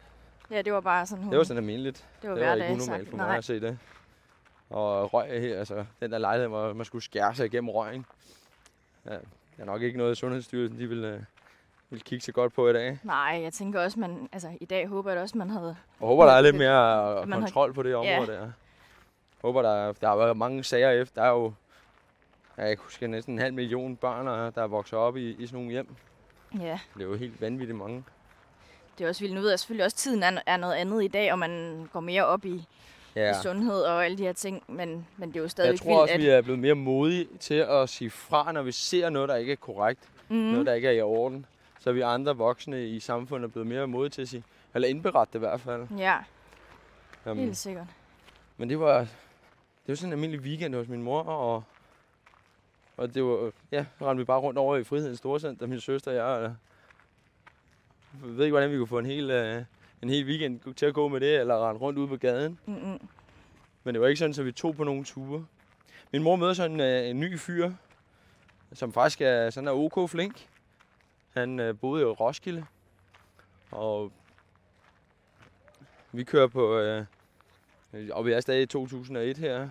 Ja, det var bare sådan... Det var sådan almindeligt. Det var ikke unormalt for mig at se det. Og røg her, altså den der lejlighed, hvor man skulle skære sig igennem røgen. Ja, det er nok ikke noget, Sundhedsstyrelsen de vil kigge så godt på i dag. Nej, jeg tænker også, i dag håber jeg også, man havde... Jeg håber, der er lidt mere kontrol på det område der. Jeg håber, der har været mange sager efter. Der er jo, jeg kan huske, næsten 500.000 børn, der vokser op i sådan nogle hjem. Ja. Det er jo helt vanvittigt mange. Det er også vildt. Nu ved jeg selvfølgelig også, at tiden er noget andet i dag, og man går mere op i sundhed og alle de her ting, men det er jo stadig vildt. Jeg tror også, vi er blevet mere modige til at sige fra, når vi ser noget, der ikke er korrekt. Noget, der ikke er i orden. Så er vi andre voksne i samfundet blevet mere modige til at sige, eller indberette det i hvert fald. Ja, helt sikkert. Men det var sådan en almindelig weekend hos min mor, og det var, så rendte vi bare rundt over i Frihedens Storcenter, min søster og jeg. Jeg ved ikke, hvordan vi kunne få en hel weekend til at gå med det, eller rende rundt ude på gaden. Men det var ikke sådan, at vi tog på nogle ture. Min mor møder sådan en ny fyr, som faktisk er OK flink. Han boede i Roskilde, og vi kører på, og vi er stadig i 2001 her,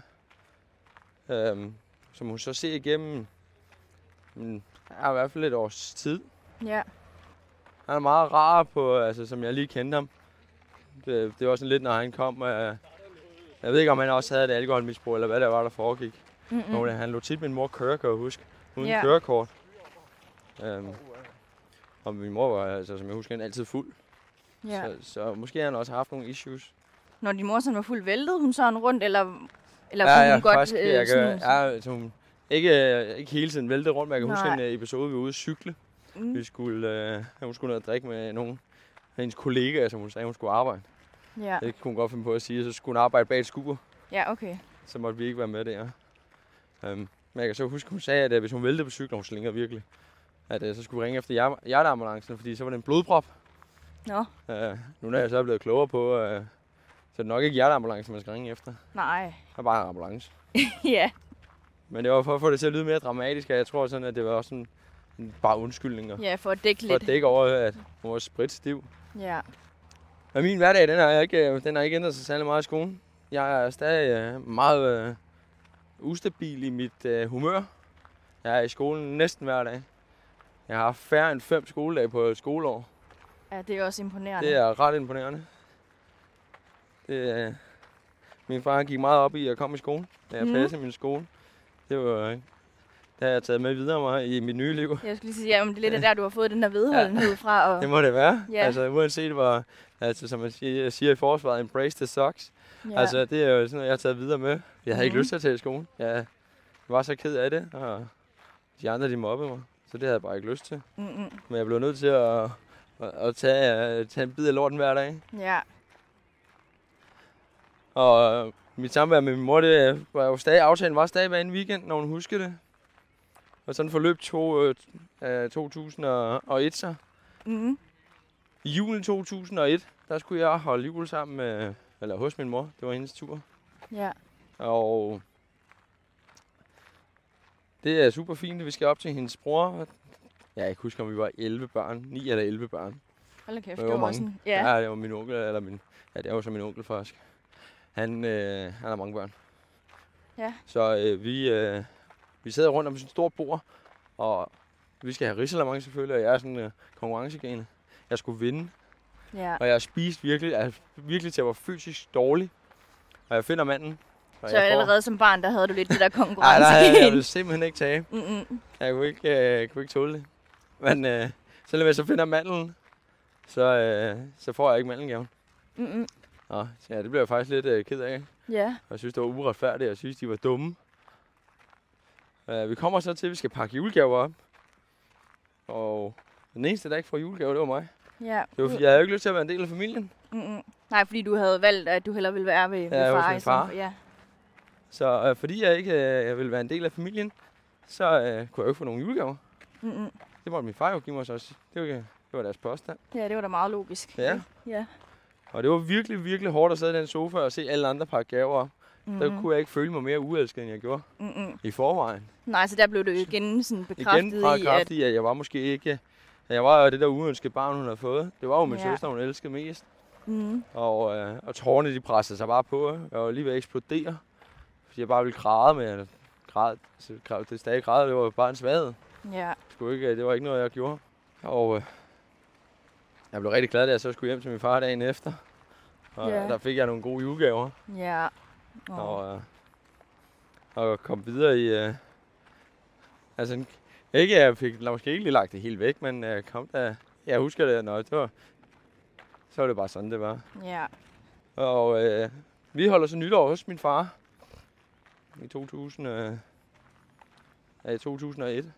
som hun så ser igennem, i hvert fald et års tid. Ja. Han er meget rar på, som jeg lige kendte ham. Det var sådan lidt, når han kom. Jeg ved ikke, om han også havde et alkoholmisbrug, eller hvad der var, der foregik. Han lå tit min mor køre, kan jeg huske, uden kørekort. Og min mor var, som jeg husker, altid fuld. Ja. Så måske har han også haft nogle issues. Når din mor sådan var fuld, væltede hun sådan rundt, eller kunne hun godt... Faktisk, hun ikke hele tiden væltede rundt, men jeg kan huske en episode, vi var ude at cykle. Hun skulle ned og drikke med nogle af hendes kollegaer, som hun sagde, hun skulle arbejde. Ja. Det kunne hun godt finde på at sige, så skulle hun arbejde bag et skur. Ja, okay. Så måtte vi ikke være med der. Men jeg kan så huske, hun sagde, at hvis hun væltede på cyklen, hun slinger virkelig, at så skulle vi ringe efter hjerteambulancen, fordi så var det en blodprop. Nå. Nu er jeg så blevet klogere på, så det er nok ikke hjerteambulancen, man skal ringe efter. Nej. Det er bare en ambulance. Ja. Men det var for at få det til at lyde mere dramatisk, og jeg tror sådan, at det var også sådan bare undskyldninger. Ja, for at dække lidt. For at dække over, at hun var spritstiv. Ja. Men min hverdag, den har ikke ændret sig særlig meget i skolen. Jeg er stadig meget ustabil i mit humør. Jeg er i skolen næsten hver dag. Jeg har færre end 5 skoledage på et skoleår. Ja, det er også imponerende. Det er ret imponerende. Min far gik meget op i at komme i skole, da jeg passede min skole. Det har jeg taget med videre mig i mit nye liv. Jeg skulle lige sige, det er lidt der, du har fået den der vedholdenhed fra. Og... Det må det være. Ja. Uanset hvor, som man siger i forsvaret, embrace the sucks. Ja. Det er jo sådan noget, jeg har taget videre med. Jeg havde ikke lyst til at tage i skolen. Jeg var så ked af det, og de andre, de mobbede mig. Så det havde jeg bare ikke lyst til. Men jeg blev nødt til at tage en bid af lorten hver dag. Ja. Og mit samvær med min mor, det var jo stadig, aftalen var stadig hver en weekend, når hun husker det. Og sådan forløb 2001 så. I julen 2001, der skulle jeg holde jul sammen med, eller hos min mor. Det var hendes tur. Ja. Og det er super fint, at vi skal op til hendes bror. Jeg kan ikke huske, om vi var 11 børn. 9 eller 11 børn. Hold kæft, det var mange. Sådan, ja, det var min onkel, det var så min onkel faktisk. Han har mange børn. Ja. Så vi sidder rundt om sådan et stort bord, og vi skal have risalamande selvfølgelig, og jeg er sådan konkurrencegane. Jeg skulle vinde. Ja. Og jeg har spist virkelig til at være fysisk dårlig. Og jeg finder manden. Så allerede som barn, der havde du lidt det der konkurrence. Nej, jeg ville simpelthen ikke tabe. Jeg kunne ikke tåle det. Men selvom jeg så finder mandlen, så får jeg ikke mandelgaven. Så det bliver jeg faktisk lidt ked af. Ja. Og jeg synes, det var uretfærdigt, og jeg synes, de var dumme. Vi kommer så til, at vi skal pakke julegaver op. Og den eneste, der ikke får julegaver, det var mig. Ja. Det var, fordi jeg havde ikke lyst til at være en del af familien. Nej, fordi du havde valgt, at du hellere ville være ved far. Hos far. Ja. Så fordi jeg ikke ville være en del af familien, så kunne jeg ikke få nogen julegaver. Det måtte min far jo give mig også. Det var deres påstand. Ja, det var da meget logisk. Ja. Og det var virkelig, virkelig hårdt at sidde i den sofa og se alle andre pakke gaver op. Der kunne jeg ikke føle mig mere uelsket, end jeg gjorde i forvejen. Nej, så der blev du igen sådan bekræftet i, at jeg var måske ikke... Jeg var jo det der uønskede barn, hun havde fået. Det var jo min søster, hun elskede mest. Og tårerne, de pressede sig bare på. Jeg var lige ved at eksplodere, fordi jeg bare ville græde med. Det er stadig græde, det var bare en svaghed. Ja. Det var ikke noget, jeg gjorde. Og jeg blev rigtig glad, da jeg så skulle hjem til min far dagen efter. Og der fik jeg nogle gode julegaver. Ja. Og kom videre i... jeg fik måske ikke lige lagt det helt væk, men jeg husker det, så var det bare sådan, det var. Ja. Og vi holder så nytår hos min far i 2001.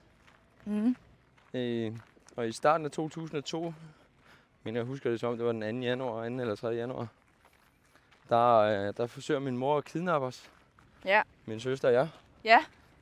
Og i starten af 2002, men jeg husker det som, det var den 2. januar, 2. eller 3. januar, der forsøger min mor at kidnappe os. Ja. Min søster og jeg. Ja.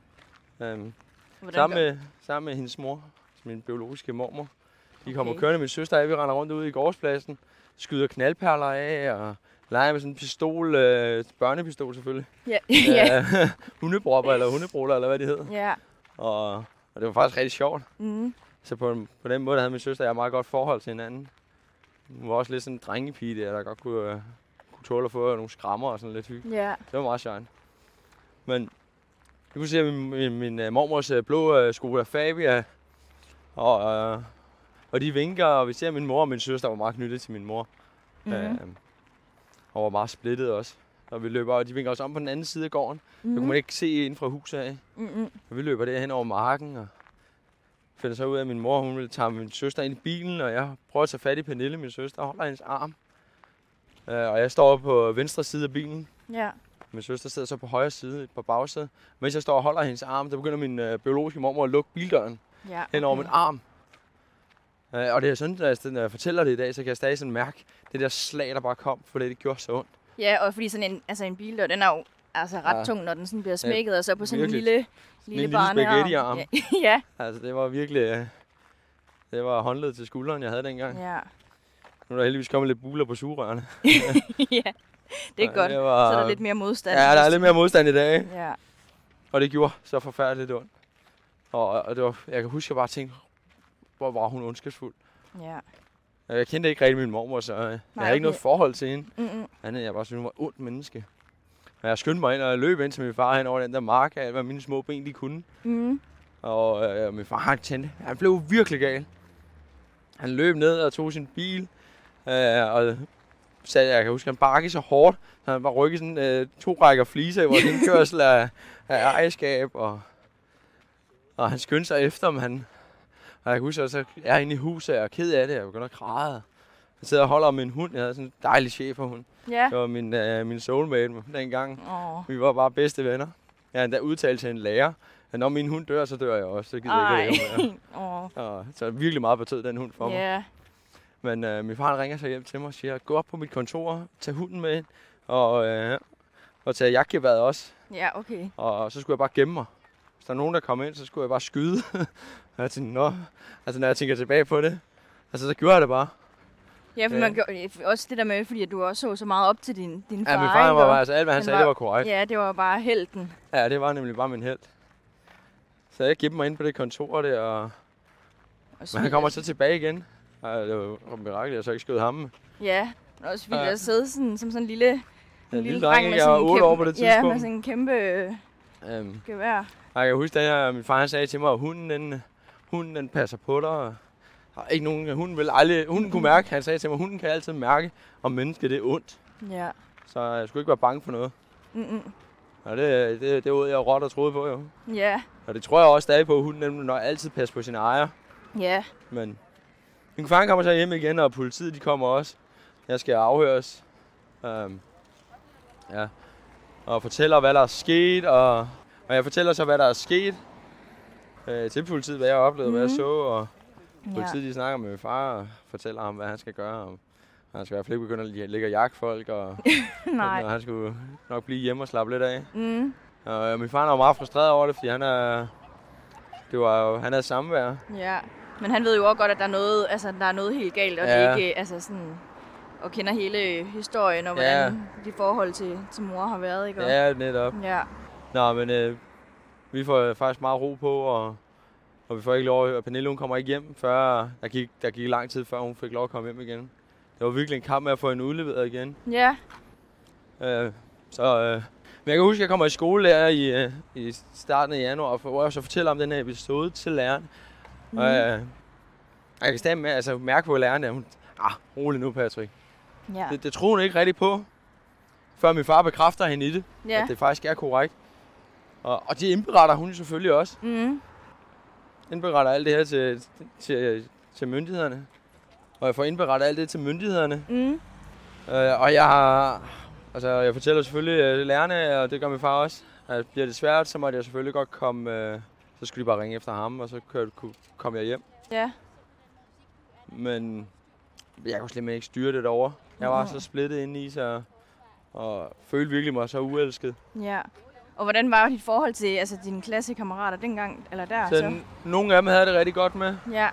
Sammen med hendes mor, min biologiske mormor. De kommer kørende, min søster og jeg, vi render rundt ude i gårdspladsen, skyder knaldperler af og leger med sådan en pistol, børnepistol selvfølgelig. Ja. Hundebropper eller hundebroller, eller hvad det hedder. Ja. Og det var faktisk rigtig sjovt. Så på den måde havde min søster og jeg meget godt forhold til hinanden. Hun var også lidt sådan en drengepige der godt kunne tåle at få nogle skrammer og sådan lidt hygge. Ja. Det var meget sjovt. Men du kunne se, at min mormors blå Skoda Fabia, og de vinker, og vi ser min mor og min søster var meget knyttet til min mor. Og var meget splittet også. Og vi løber, og de vinker også om på den anden side af gården. Så kunne man ikke se ind fra huset af. Og vi løber derhen over marken, og finder så ud af, at min mor hun ville tage min søster ind i bilen, og jeg prøver at tage fat i Pernille, min søster, og holder hendes arm. Og jeg står på venstre side af bilen. Ja. Min søster sidder så på højre side, på bagsædet. Mens jeg står og holder hendes arm, der begynder min biologiske mormor at lukke bildøren hen over min arm. Og det er sådan, at når jeg fortæller det i dag, så kan jeg stadig sådan mærke det der slag, der bare kom, for det gjorde så ondt. Ja, og fordi sådan en bildør, den er jo ret tung, når den sådan bliver smækket, og så på sådan virkelig. en lille barnearm. Spaghetti-arm. Ja. Altså, det var virkelig... Det var håndled til skulderen, jeg havde dengang. Ja. Nu er der heldigvis kommet lidt buler på sugerørene. Ja, det er godt. Så er der lidt mere modstand. Ja, der er lidt mere modstand i dag. Ja. Og det gjorde så forfærdeligt ondt. Og det var, jeg kan huske, at jeg bare tænkte, hvor var hun ondskabsfuld. Ja. Jeg kendte ikke rigtig min mormor, så jeg havde ikke noget forhold til hende. Jeg bare synes, hun var et ondt menneske. Men jeg skyndte mig ind og løb ind til min far hen over den der mark af, hvad mine små ben de kunne. Og min far han blev virkelig gal. Han løb ned og tog sin bil. Og jeg kan huske, han bakkede så hårdt, så han bare rykkede sådan 2 rækker fliser i vores indkørsel af ejerskab. Og han skyndte sig efter, men og jeg kan huske, at så er jeg inde i huset, og jeg er ked af det, jeg begynder at græde. Jeg sidder og holder min hund, jeg havde sådan en dejlig cheferhund. Ja. Det var min soulmate dengang. Vi var bare bedste venner. Jeg har endda udtalt til en lærer, at når min hund dør, så dør jeg også. Så gider jeg ikke mere. Så virkelig meget betød den hund for mig. Men min far ringer så hjem til mig og siger, gå op på mit kontor, tag hunden med ind, og tage jagtgeværet også. Ja, okay. Og så skulle jeg bare gemme mig. Hvis der er nogen, der kommer ind, så skulle jeg bare skyde. Og jeg tænkte, når jeg tænker tilbage på det, så gjorde jeg det bare. Ja, for man gjorde også det der med, fordi du også så meget op til din far. Ja, min far var alt, hvad han sagde, det var korrekt. Ja, det var bare helten. Ja, det var nemlig bare min helt. Så jeg gemte mig ind på det kontor der, men han kommer så tilbage igen. Ja, det var mirakel, jeg så ikke skød ham. Ja, også fordi der sidder sådan, som sådan en lille dreng med jeg var 8 år på det tidspunkt. Ja, med sådan en kæmpe gevær. Jeg kan huske, at min far sagde til mig, at hunden den passer på dig. Der er ikke nogen, hunden kunne mærke, han sagde til mig, at hunden kan altid mærke, om mennesket det er ondt. Ja. Så jeg skulle ikke være bange for noget. Og det var jeg råt og troede på, jo. Ja. Og det tror jeg også stadig på, at hunden når altid passer på sin ejer. Ja. Men min far kommer så hjem igen, og politiet de kommer også. Jeg skal afhøres. Og fortæller, hvad der er sket, og jeg fortæller så, hvad der er sket til politiet, hvad jeg oplevede, hvad jeg så, og politiet de snakker med min far og fortæller ham, hvad han skal gøre. Og han skal i hvert fald ikke begynde at ligge og jagte folk, og han skulle nok blive hjemme og slappe lidt af. Og min far var meget frustreret over det, fordi han havde samvær. Ja, men han ved jo også godt, at der er noget helt galt, og det er ikke og kender hele historien og hvordan de forhold til mor har været, ikke? Ja, netop. Ja. Nå, men vi får faktisk meget ro på, og vi får ikke lov at Pernille, hun kommer ikke hjem, før der gik lang tid, før hun fik lov at komme hjem igen. var virkelig en kamp med at få hende udleveret igen. Ja. Men jeg kan huske, at jeg kommer i skole der i starten af januar, hvor jeg så fortæller om den her episode til læreren. Og jeg kan stadig mærke på læreren, at hun, rolig nu, Patrick. Ja. Det tror hun ikke rigtig på, før min far bekræfter hende i det, Ja. at det faktisk er korrekt. Og de indberetter hun selvfølgelig også. Indberetter alt det her til myndighederne. Og jeg får indberettet alt det til myndighederne. Og jeg fortæller selvfølgelig lærerne, og det gør min far også, at bliver det svært, så måtte jeg selvfølgelig godt komme, så skulle de bare ringe efter ham, og så kom jeg hjem. Ja. Men jeg kunne slet ikke styre det derovre. Jeg var så splittet inde i sig, og følte virkelig mig så uelsket. Ja. Og hvordan var dit forhold til dine klassekammerater dengang, eller der? Så nogle af dem havde det rigtig godt med. Ja.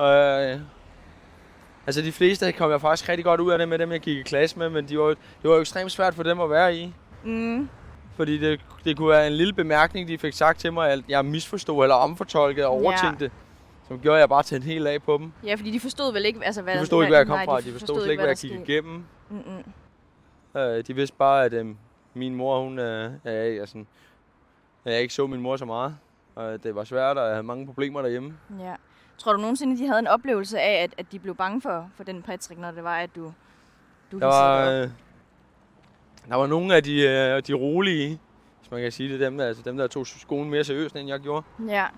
De fleste kom jeg faktisk rigtig godt ud af det med dem, jeg gik i klasse med, men det var jo ekstremt svært for dem at være i. Fordi det kunne være en lille bemærkning, de fik sagt til mig, at jeg misforstod eller omfortolkede og overtænkte. Som gjorde jeg bare til en hel af på dem. Ja, fordi de forstod vel ikke, hvad... De forstod ikke, hvad jeg kom fra. De forstod slet ikke, hvad jeg gik igennem. De vidste bare, at min mor, hun jeg ikke så min mor så meget. Og det var svært, og jeg havde mange problemer derhjemme. Ja. Tror du nogensinde, de havde en oplevelse af, at de blev bange for den Patrick, når det var, at du der var nogle af de rolige, hvis man kan sige det, dem der tog skolen mere seriøst, end jeg gjorde. Ja.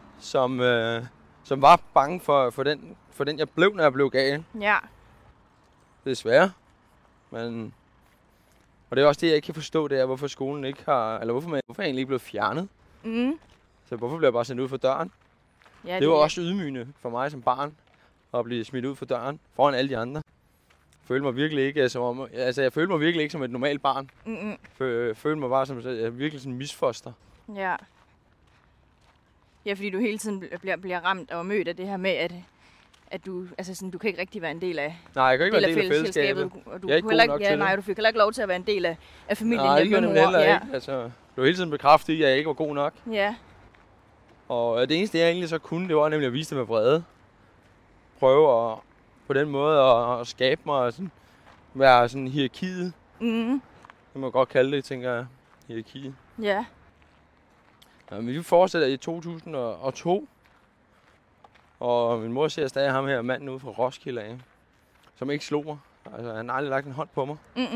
Som var bange for den jeg blev, når jeg blev gal. Ja. Desværre. Men og det er også det, jeg ikke kan forstå, det er, hvorfor skolen ikke har, eller hvorfor jeg egentlig ikke blev fjernet. Så hvorfor blev jeg bare sendt ud for døren? Ja, det var også ydmygende for mig som barn, at blive smidt ud for døren, foran alle de andre. Jeg følte mig virkelig ikke som et normalt barn. Følte mig bare som virkelig sådan en misfoster. Ja. Ja, fordi du hele tiden bliver ramt og mødt af det her med, at du, du kan ikke rigtig være en del af. Nej, jeg kan ikke være en del af fællesskabet. Jeg er ikke god nok til det. Du fik heller ikke lov til at være en del af familien. Nej, det gjorde jeg heller ikke. Jeg blev hele tiden bekræftet i, at jeg ikke var god nok. Ja. Og det eneste, jeg egentlig så kunne, det var nemlig at vise dem med vrede. Prøve at, på den måde at skabe mig og sådan, være sådan hierarkiet. Det må jeg godt kalde det, tænker jeg. Hierarkiet. Ja. Men vi fortsætter i 2002. Og min mor ser stadig ham her, manden ude fra Roskilde af, som ikke slog mig. Han har aldrig lagt en hånd på mig.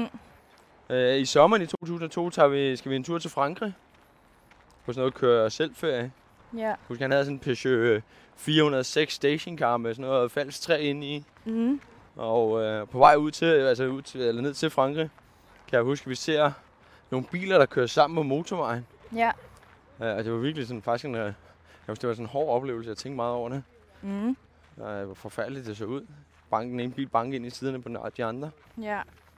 I sommeren i 2002 skal vi en tur til Frankrig. På sådan noget køre selvferie. Ja. Husk, han havde sådan en Peugeot 406 stationcar med sådan noget falsk træ inde i. Og på vej ned til Frankrig, kan jeg huske, at vi ser nogle biler, der kører sammen på motorvejen. Ja. Og det var virkelig sådan, faktisk det var sådan en hård oplevelse, jeg tænkte meget over det. Det var forfærdeligt, det så ud. Den ene bil bankede ind i siderne på de andre. Ja.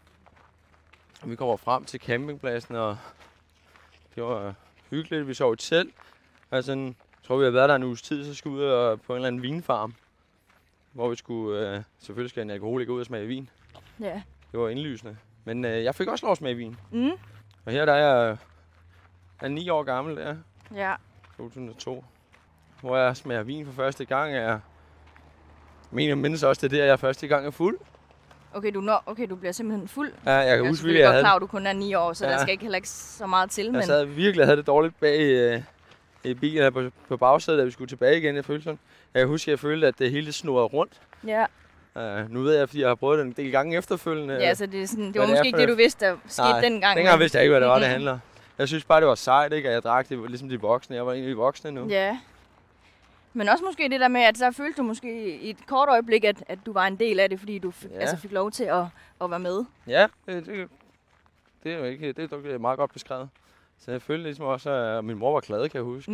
Og vi kommer frem til campingpladsen, og det var hyggeligt. Vi sov i telt. Jeg tror, vi har været der en uges tid, så skulle vi ud på en eller anden vinfarm. Hvor vi skulle, selvfølgelig skal en alkoholiker ud og smage vin. Ja. Det var indlysende. Men jeg fik også lov at smage vin. Og her der er jeg 9 år gammel der. Ja. 2002. Hvor jeg smager vin for første gang. Jeg mindes også, det er der, jeg første gang er fuld. Okay, du bliver simpelthen fuld. Ja, jeg kan huske, at jeg er godt klar, at du kun er 9 år, så der skal ikke heller ikke så meget til. Jeg sad virkelig og havde det dårligt bag i bilen her på bagsædet, da vi skulle tilbage igen. Jeg følte sådan. Jeg kan huske, at jeg følte, at det hele snurrede rundt. Ja. Nu ved jeg, fordi jeg har prøvet det en del gange efterfølgende. Ja, så det var måske ikke det, du vidste, der skete dengang. Dengang vidste jeg ikke, hvad det var, det handler. Jeg synes bare, det var sejt, ikke? At jeg drak det ligesom de voksne. Jeg var egentlig voksne nu. Ja. Men også måske det der med, at så følte du måske i et kort øjeblik, at du var en del af det, fordi du fik lov til at være med. Ja, det er jo ikke, det er meget godt beskrevet. Så jeg følte ligesom også, at min mor var glad, kan jeg huske.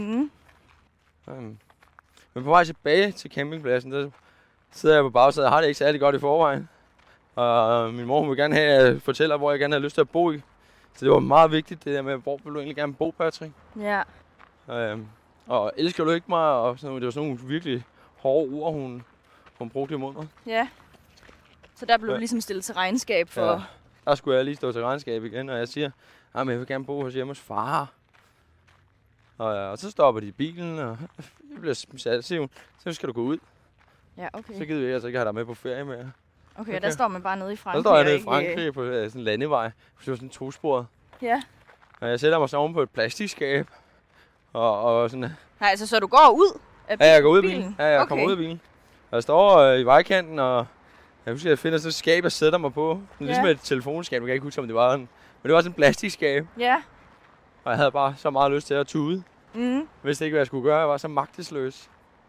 Men på vej tilbage til campingpladsen, der sidder jeg på bagsædet og har det ikke særlig godt i forvejen. Og min mor vil gerne have, at jeg fortæller, hvor jeg gerne har lyst til at bo i. Så det var meget vigtigt, det der med, hvor vil du egentlig gerne bo, Patrick? Ja. Og elsker du ikke mig? Og sådan, det var sådan nogle virkelig hårde ord, hun brugte imod mig. Ja. Så der blev du ligesom stillet til regnskab for... Ja. Der skulle jeg lige stå til regnskab igen, og jeg siger, at jeg vil gerne bo hos hjemme hos far. Og så stopper de i bilen, og jeg bliver sat, siger hun, så skal du gå ud. Ja, okay. Så gider vi altså ikke have dig med på ferie mere. Okay, og der står man bare nede i Frankrig? Der står jeg nede i Frankrig på sådan en landevej. Det var sådan en tosporet. Ja. Og jeg sætter mig så oven på et plastikskab. Og sådan... Nej, altså så du går ud af bilen? Ja, jeg går ud af bilen. Ja, jeg kommer ud af bilen. Og jeg står i vejkanten, og jeg husker, at jeg finder sådan et skab, jeg sætter mig på. Ligesom et telefonskab, jeg kan ikke huske, om det var. Men det var sådan et plastikskab. Ja. Og jeg havde bare så meget lyst til at tude. Mm. Vidste ikke, hvad jeg skulle gøre. Jeg var så magtesløs.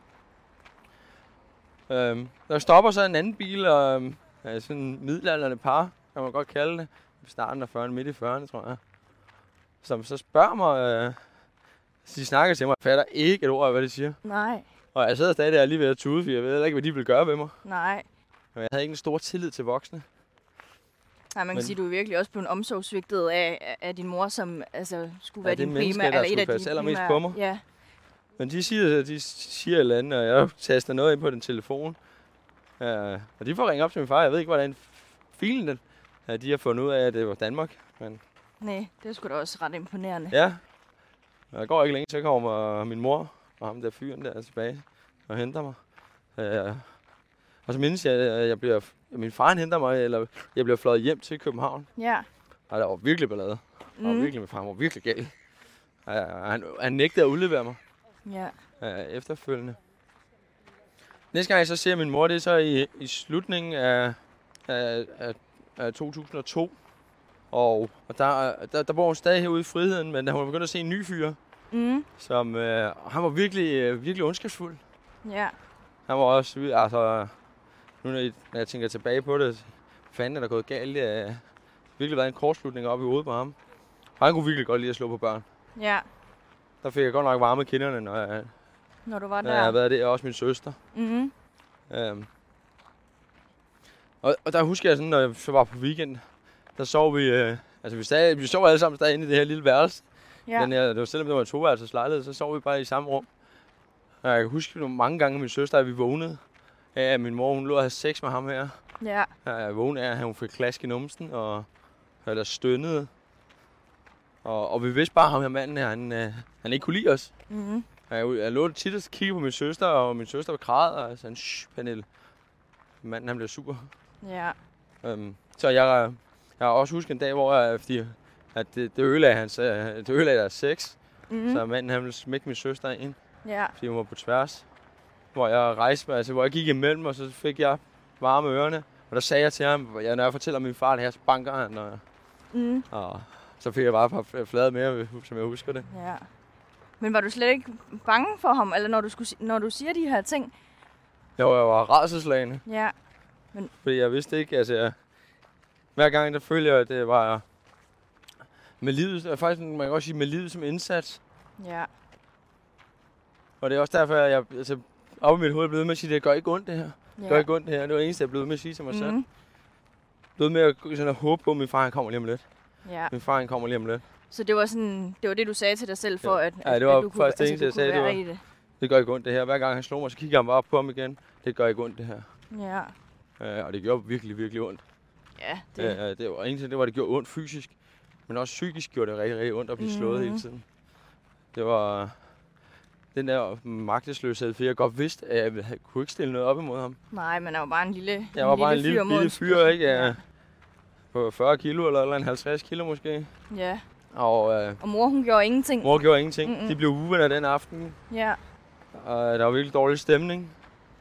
Der stopper så en anden bil, og sådan en middelaldrende par, kan man godt kalde det. I starten af 40'erne, midt i 40'erne, tror jeg. Som så spørger mig, de snakker til mig, jeg fatter ikke et ord af, hvad de siger. Nej. Og jeg sidder stadig der lige ved at tude, for jeg ved ikke, hvad de vil gøre ved mig. Nej. Men jeg havde ikke en stor tillid til voksne. Nej, man kan sige, du er virkelig også blevet omsorgsvigtet af din mor, som altså, skulle være din primære, eller et af dine allermest på mig. Ja. Men de siger et eller andet, og jeg taster noget ind på den telefon. Og de får ringe op til min far. Jeg ved ikke, hvordan filen den. De har fundet ud af, at det var Danmark. Men... Nej, det er sgu da også ret imponerende. Ja. Og jeg går ikke længe, så kommer min mor og ham der fyren der tilbage og henter mig. Og så mindes jeg, at min far henter mig, eller jeg bliver fløjet hjem til København. Ja. Og der var virkelig ballade. Min far var virkelig gal. Han nægtede at udlevere mig. Ja. Efterfølgende. Næste gang jeg så ser min mor, det er så i slutningen af 2002. Og der bor hun stadig herude i Friheden, men da hun begyndte at se en ny fyr, som han var virkelig ondskabsfuld. Ja. Han var også, altså, nu når jeg tænker tilbage på det, fanden er der gået galt. Det har virkelig været en kortslutning op i hovedet på ham. Og han kunne virkelig godt lide at slå på børn. Ja. Der fik jeg godt nok varme kinderne, når du var der. Når jeg har været der, og også min søster. Mhm. Og der husker jeg sådan, når jeg så var på weekend, der sov vi, vi sov alle sammen stadig inde i det her lille værelse. Ja. Det var selvom det var en toværelseslejlighed, så sov vi bare i samme rum. Og jeg kan huske mange gange min søster, at vi vågnede af, at min mor hun lå og havde sex med ham her. Ja. Jeg vågnede af, at hun fik klask i numsen, eller stønnede. Og vi vidste bare, at ham her manden her, han ikke kunne lide os. Mhm. Jeg lå tit og kiggede på min søster, og min søster var græd, og sagde, shh, Pernille. Manden, han blev sur. Ja. Så jeg har også husket en dag, hvor det ødelagde deres sex. Så manden, han ville smække min søster ind, fordi hun var på tværs. Hvor jeg rejste mig, hvor jeg gik imellem, og så fik jeg varme ørerne. Og der sagde jeg til ham, når jeg fortæller min far det her, så banker han. Og så fik jeg bare flade mere, som jeg husker det. Ja. Men var du slet ikke bange for ham, eller når du siger de her ting? Jo, jeg var rædselsslagen. Ja. Fordi jeg vidste ikke, hver gang der følte jeg, at det var med livet, faktisk man kan også sige med livet som indsats. Ja. Og det er også derfor, at jeg op i mit hoved er blevet med at sige, at det gør ikke ondt det her. Det gør ikke ondt det her. Det var det eneste, jeg blev med at sige til mig selv. Blevet med at håbe på, at min far han kommer lige om lidt. Ja. Min far han kommer lige om lidt. Så det var det, du sagde til dig selv, for at det var at du kunne, faktisk det eneste, jeg sagde. Være i det. Det gør ikke ondt det her. Hver gang han slog mig, så kigger han bare op på ham igen. Det gør ikke ondt det her. Ja. Og det gjorde virkelig, virkelig ondt. Ja, det var det gjorde ondt fysisk, men også psykisk gjorde det rigtig, rigtig ondt at blive slået hele tiden. Det var den der magtesløshed, for jeg godt vidste, at jeg kunne ikke stille noget op imod ham. Nej, men jeg var bare en lille lille fyr, ikke? Ja. På 40 kilo eller 50 kilo måske. Ja. Og mor, hun gjorde ingenting. Mor gjorde ingenting. De blev uvenner den aften. Ja. Og der var virkelig dårlig stemning.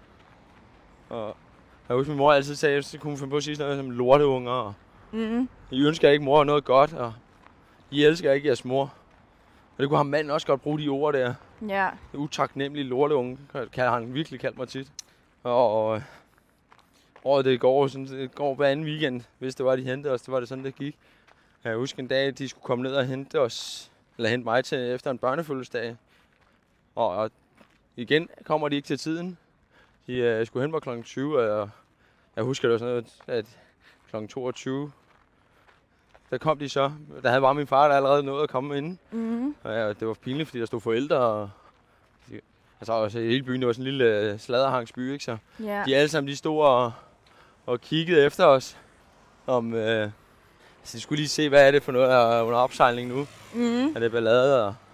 Og jeg husker, min mor altid sagde, så kunne hun finde på at sige sådan noget som lorteunger. I ønsker ikke mor noget godt, og I elsker ikke jeres mor. Og det kunne ham manden også godt bruge de ord der. Ja. Det utaknemmelige lorteunge, kan han virkelig kaldt mig tit. Og året det går hver anden weekend, hvis det var, de hentede os, det var det sådan, det gik. Jeg husker en dag, de skulle komme ned og hente mig til efter en børnefødselsdag. Og igen kommer de ikke til tiden. De skulle hente mig kl. 20, og jeg husker det var sådan noget, at kl. 22, der kom de så. Der havde bare min far, der allerede nået at komme ind. Og det var pinligt, fordi der stod forældre. Og altså i hele byen, det var sådan en lille sladderhangsby, ikke så? Ja. De alle sammen, de stod og kiggede efter os. Så de skulle lige se, hvad er det for noget under opsejling nu. Er det ballade?